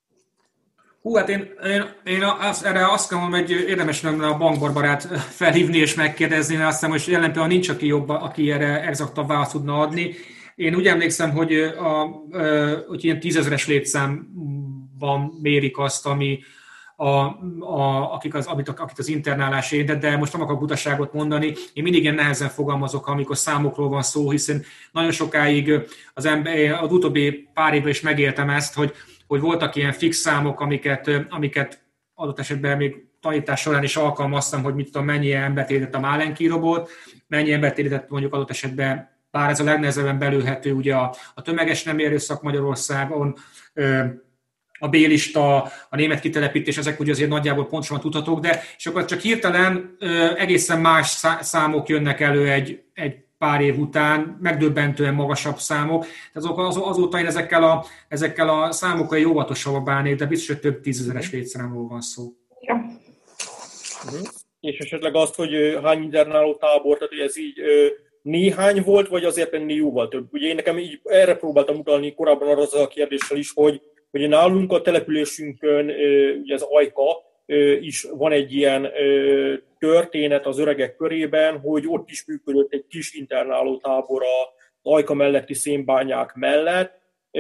Hú, hát én, én, én az, erre azt kell mondom, hogy érdemes lenne a bankbarbarát felhívni és megkérdezni, mert azt hiszem, hogy jelen pillanatban nincs, aki jobb, aki erre exaktabb választ tudna adni. Én úgy emlékszem, hogy, a, hogy ilyen tízezeres létszámban mérik azt, ami A, a, akik az, amit, akit az internálás érintett, de most nem akarok butaságot mondani. Én mindig ilyen nehezen fogalmazok, amikor számokról van szó, hiszen nagyon sokáig az, ember, az utóbbi pár évben is megéltem ezt, hogy, hogy voltak ilyen fix számok, amiket, amiket adott esetben még tanítás során is alkalmaztam, hogy mit tudom, mennyi embert érintett a Málenki robot, mennyi embert érintett mondjuk adott esetben, bár ez a legnehezebben belőhető, ugye a, a tömeges nem erőszak Magyarországon, a B-lista, a német kitelepítés, ezek ugye azért nagyjából pontosan tudhatók, de és akkor csak hirtelen ö, egészen más számok jönnek elő egy, egy pár év után, megdöbbentően magasabb számok. Tehát az, azóta én ezekkel a, ezekkel a számokkal egy óvatosabban bánnék, de biztos, hogy több tízezeres létszámról van szó. Ja. Uh-huh. És esetleg azt, hogy hány internáló tábor, tehát ez így ö, néhány volt, vagy azért ennél jóval több? Ugye én nekem így erre próbáltam utalni korábban arra az a kérdéssel is, hogy hogy nálunk a településünkön, ugye az Ajka, is van egy ilyen történet az öregek körében, hogy ott is működött egy kis internáló tábor az Ajka melletti szénbányák mellett,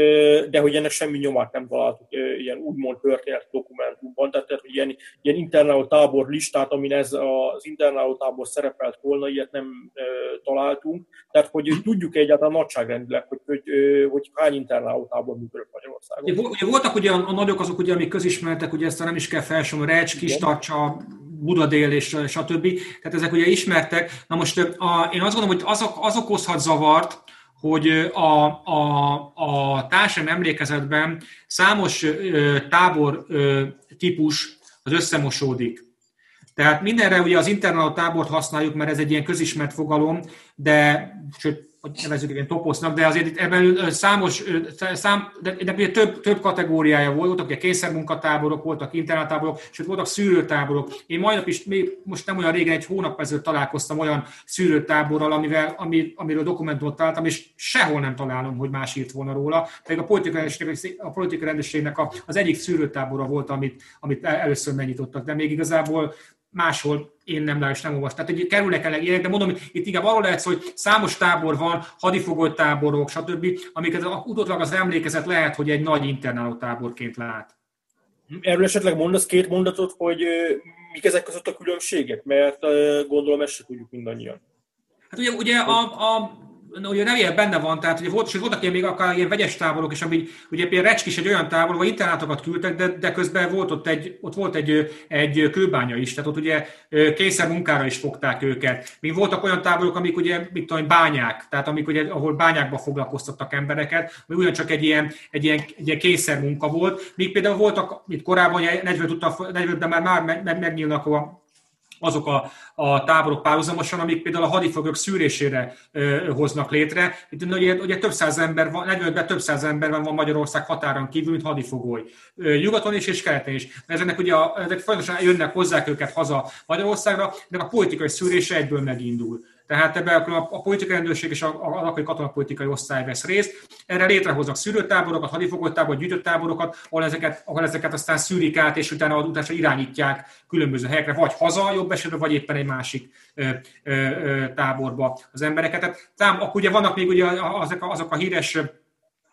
de hogy ennek semmi nyomát nem találtuk ilyen úgymond történet dokumentumban, tehát hogy ilyen, ilyen internáló tábor listát, amin ez az internáló tábor szerepelt volna, ilyet nem e, találtunk, tehát hogy tudjuk egyáltalán nagyságrendileg, hogy, hogy, hogy hány internáló tábor működött Magyarországon. Ugye voltak ugye a nagyok azok, ugye, amik közismertek, ugye ezt nem is kell felsorolni, Recs, Kistarcsa, Budadél és stb. Tehát ezek ugye ismertek. Na most a, én azt gondolom, hogy az, az okozhat zavart, hogy a, a, a társadalmi emlékezetben számos ö, tábor ö, típus az összemosódik. Tehát mindenre ugye az internáló tábort használjuk, mert ez egy ilyen közismert fogalom, de sőt, hogy nevezzük ilyen toposznak, de azért itt ebben számos, szám, de, de több, több kategóriája volt, voltak ugye kényszermunkatáborok, voltak internáltáborok, sőt voltak szűrőtáborok. Én majdnem is, még most nem olyan régen, egy hónap ezelőtt találkoztam olyan szűrőtáborral, amivel, ami, amiről dokumentumot találtam, és sehol nem találom, hogy más írt volna róla. Pedig a politikai rendőrségnek, a politikai rendőrségnek az egyik szűrőtábora volt, amit, amit először megnyitottak, de még igazából máshol én nem látom, és nem olvastam. Tehát kerülnek el ilyenek, de mondom, itt inkább arról lehet szó, hogy számos tábor van, hadifogolytáborok, stb., amiket utólag az emlékezet lehet, hogy egy nagy internáló táborként lát. Erről esetleg mondasz két mondatot, hogy mik ezek között a különbségek? Mert gondolom ezt se tudjuk mindannyian. Hát ugye, ugye a, a ugye nem benne van, tehát ugye volt, és voltak ilyen még akár ilyen vegyes táborok is, ami ugye például Recsk is egy olyan tábor, ahol internátokat küldtek, de, de közben volt ott egy, ott volt egy, egy kőbánya is, tehát ott ugye kényszermunkára is fogták őket. Még voltak olyan táborok, amik ugye, mit tudom, bányák, tehát amik ugye, ahol bányákba foglalkoztattak embereket, ami ugyancsak egy ilyen, egy ilyen, egy ilyen kényszermunka volt. Még például voltak, mint korábban, negyvenötben már, már megnyílnak a azok a, a táborok párhuzamosan, amik például a hadifoglyok szűrésére ö, hoznak létre. Itt ugye, ugye több száz ember van, negyvenötben több száz ember van Magyarország határán kívül, mint hadifogoly. Ö, nyugaton is és keleten is. Mert ezek ugye a, ezek folyamatosan jönnek, hozzák őket haza Magyarországra, de a politikai szűrése egyből megindul. Tehát ebben a, a politikai rendőrség és a, a, a katonapolitikai osztály vesz részt. Erre létrehoznak szűrőtáborokat, hadifogolytáborokat, gyűjtőtáborokat, ahol ezeket, ahol ezeket aztán szűrik át, és utána utásra irányítják különböző helyekre, vagy haza jobb esetben, vagy éppen egy másik ö, ö, ö, táborba az embereket. Tehát tám, akkor ugye vannak még ugye azok a, azok a híres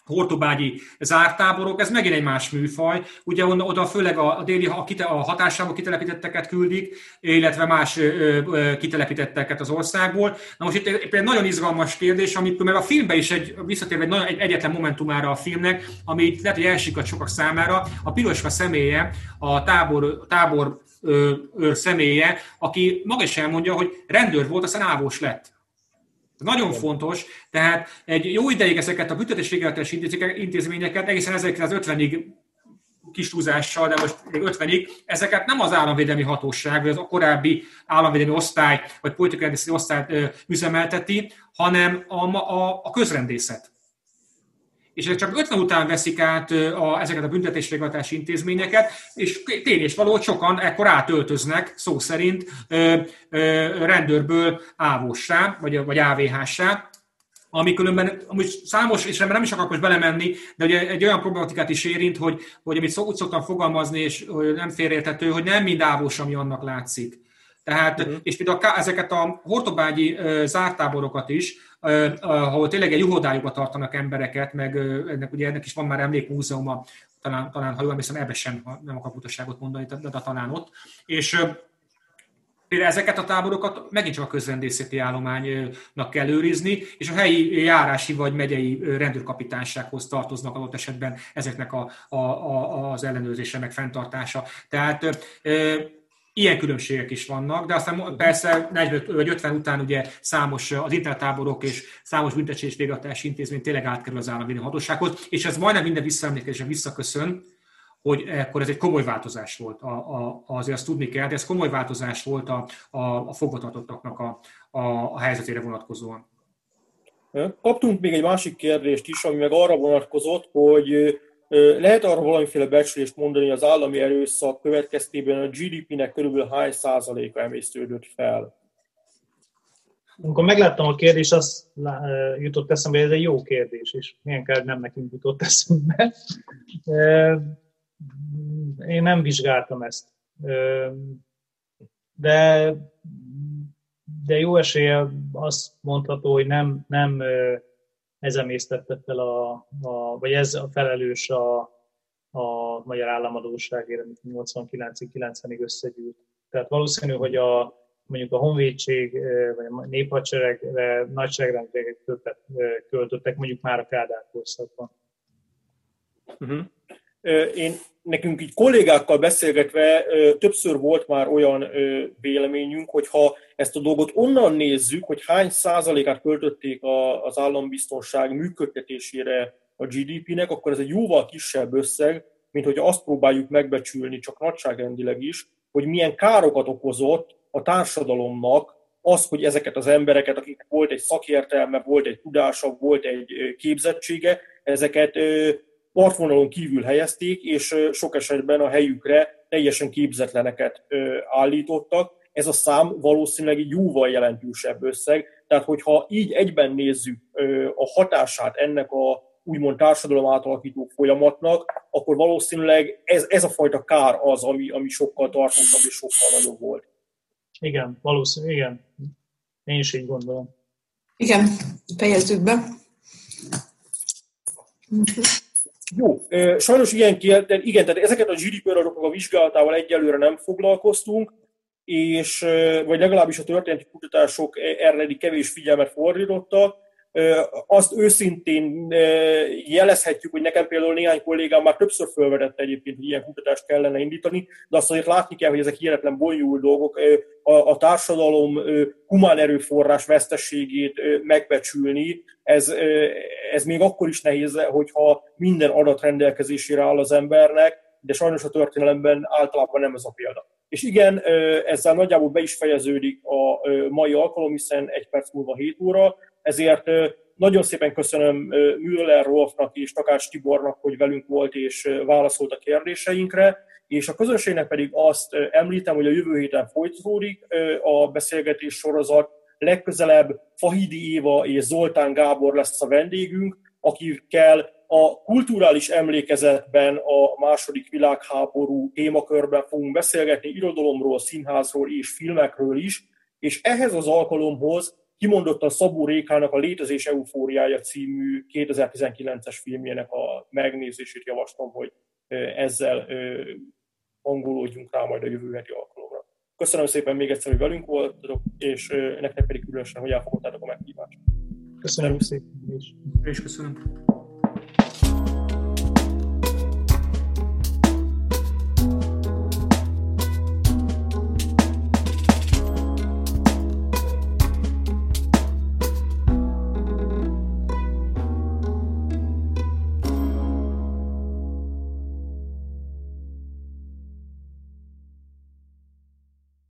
hortobágyi zártáborok, ez megint egy más műfaj. Ugye oda főleg a, a déli a, a hatásába kitelepítetteket küldik, illetve más ö, ö, kitelepítetteket az országból. Na most itt egy nagyon izgalmas kérdés, amit meg a filmben is egy, visszatérve egy, nagyon, egy egyetlen momentumára a filmnek, ami lehet, hogy elsikat sokak számára, a Piroska személye, a tábor, tábor ö, őr személye, aki maga is elmondja, hogy rendőr volt, aztán ávós lett. Nagyon fontos, tehát egy jó ideig ezeket a büntetés-végrehajtási intézményeket egészen ezerkilencszázötvenig kis túlzással, de most még ötvenig, ezeket nem az államvédelmi hatóság, vagy az a korábbi államvédelmi osztály, vagy politikai rendészeti osztály üzemelteti, hanem a, a, a közrendészet. És ezek csak ötven után veszik át a, ezeket a büntetés-végrehajtási intézményeket, és tény és való, sokan ekkor átöltöznek, szó szerint, ö, ö, rendőrből ávossá, vagy, vagy á vé há-sá, ami különben amúgy számos, és nem is akarok most belemenni, de ugye egy olyan problematikát is érint, hogy, hogy amit úgy szoktam fogalmazni, és nem félreérthető, hogy nem mind ávós, ami annak látszik. Tehát, uh-huh. és például ezeket a hortobágyi uh, zártáborokat is, uh, ahol tényleg egy juhodájukba tartanak embereket, meg uh, ennek, ugye ennek is van már emlékmúzeuma, talán, talán ha jól emlékszem, ebbe sem, nem akarok utaságot mondani, de, de talán ott. És uh, például ezeket a táborokat megint csak a közrendészeti állománynak kell őrizni, és a helyi járási vagy megyei rendőrkapitánysághoz tartoznak adott esetben ezeknek a, a, a, az ellenőrzése, meg fenntartása. Tehát uh, ilyen különbségek is vannak, de aztán persze negyven vagy ötven után ugye számos az internettáborok és számos büntetés végrehajtási intézmény tényleg átkerül az államvédelmi hatósághoz, és ez majdnem minden visszaemlékezésen visszaköszön, hogy akkor ez egy komoly változás volt. A, a, azért azt tudni kell, de ez komoly változás volt a, a, a fogvatartottaknak a, a, a helyzetére vonatkozóan. Kaptunk még egy másik kérdést is, ami meg arra vonatkozott, hogy lehet arra valamiféle becslést mondani, hogy az állami erőszak következtében a gé dé pé-nek körülbelül hány százaléka emésztődött fel? Amikor megláttam a kérdést, azt jutott eszembe, hogy ez egy jó kérdés, és milyen kell, nem nekünk jutott eszembe. Én nem vizsgáltam ezt. De, de jó eséllyel azt mondható, hogy nem, nem ez emésztette fel, a, a, vagy ez a felelős a, a magyar államadósságért, amit nyolcvankilencig, kilencvenig összegyűlt. Tehát valószínű, hogy a, mondjuk a honvédség, vagy a néphadseregre nagyságrendeket többet költöttek, mondjuk már a Kádár korszakban. Uh-huh. Én, nekünk így kollégákkal beszélgetve többször volt már olyan véleményünk, hogy ha ezt a dolgot onnan nézzük, hogy hány százalékát költötték az állambiztonság működtetésére a gé dé pé-nek, akkor ez egy jóval kisebb összeg, mint hogy azt próbáljuk megbecsülni, csak nagyságrendileg is, hogy milyen károkat okozott a társadalomnak az, hogy ezeket az embereket, akik volt egy szakértelme, volt egy tudása, volt egy képzettsége, ezeket partvonalon kívül helyezték, és sok esetben a helyükre teljesen képzetleneket állítottak. Ez a szám valószínűleg egy jóval jelentősebb összeg. Tehát, hogyha így egyben nézzük a hatását ennek a úgymond társadalom átalakító folyamatnak, akkor valószínűleg ez, ez a fajta kár az, ami, ami sokkal tartósabb és sokkal nagyobb volt. Igen, valószínű, igen. Én is így gondolom. Igen, fejezzük be. Jó, sajnos ilyen kérdés, igen, tehát ezeket a gé dé pé adatoknak a vizsgálatával egyelőre nem foglalkoztunk, és, vagy legalábbis a történeti kutatások erre eddig kevés figyelmet fordítottak. Azt őszintén jelezhetjük, hogy nekem például néhány kollégám már többször felvetette egyébként, hogy ilyen kutatást kellene indítani, de azt azért látni kell, hogy ezek hihetetlen bonyolult dolgok. A, a társadalom humán erőforrás veszteségét megbecsülni, ez, ez még akkor is nehéz, hogyha minden adat rendelkezésére áll az embernek, de sajnos a történelemben általában nem ez a példa. És igen, ezzel nagyjából be is fejeződik a mai alkalom, hiszen egy perc múlva hét óra, ezért nagyon szépen köszönöm Müller Rolfnak és Takács Tibornak, hogy velünk volt és válaszolt a kérdéseinkre, és a közönségnek pedig azt említem, hogy a jövő héten folytatódik a beszélgetés sorozat, legközelebb Fahidi Éva és Zoltán Gábor lesz a vendégünk, akikkel a kulturális emlékezetben a második világháború témakörben fogunk beszélgetni irodalomról, színházról és filmekről is, és ehhez az alkalomhoz kimondottan Szabó Rékának a Létezés eufóriája című kétezer-tizenkilences filmjének a megnézését javaslom, hogy ezzel hangolódjunk rá majd a jövő heti alkalomra. Köszönöm szépen még egyszer, hogy velünk voltatok, és nektek pedig különösen, hogy elfogadtátok a meghívást. Köszönöm szépen is. És köszönöm.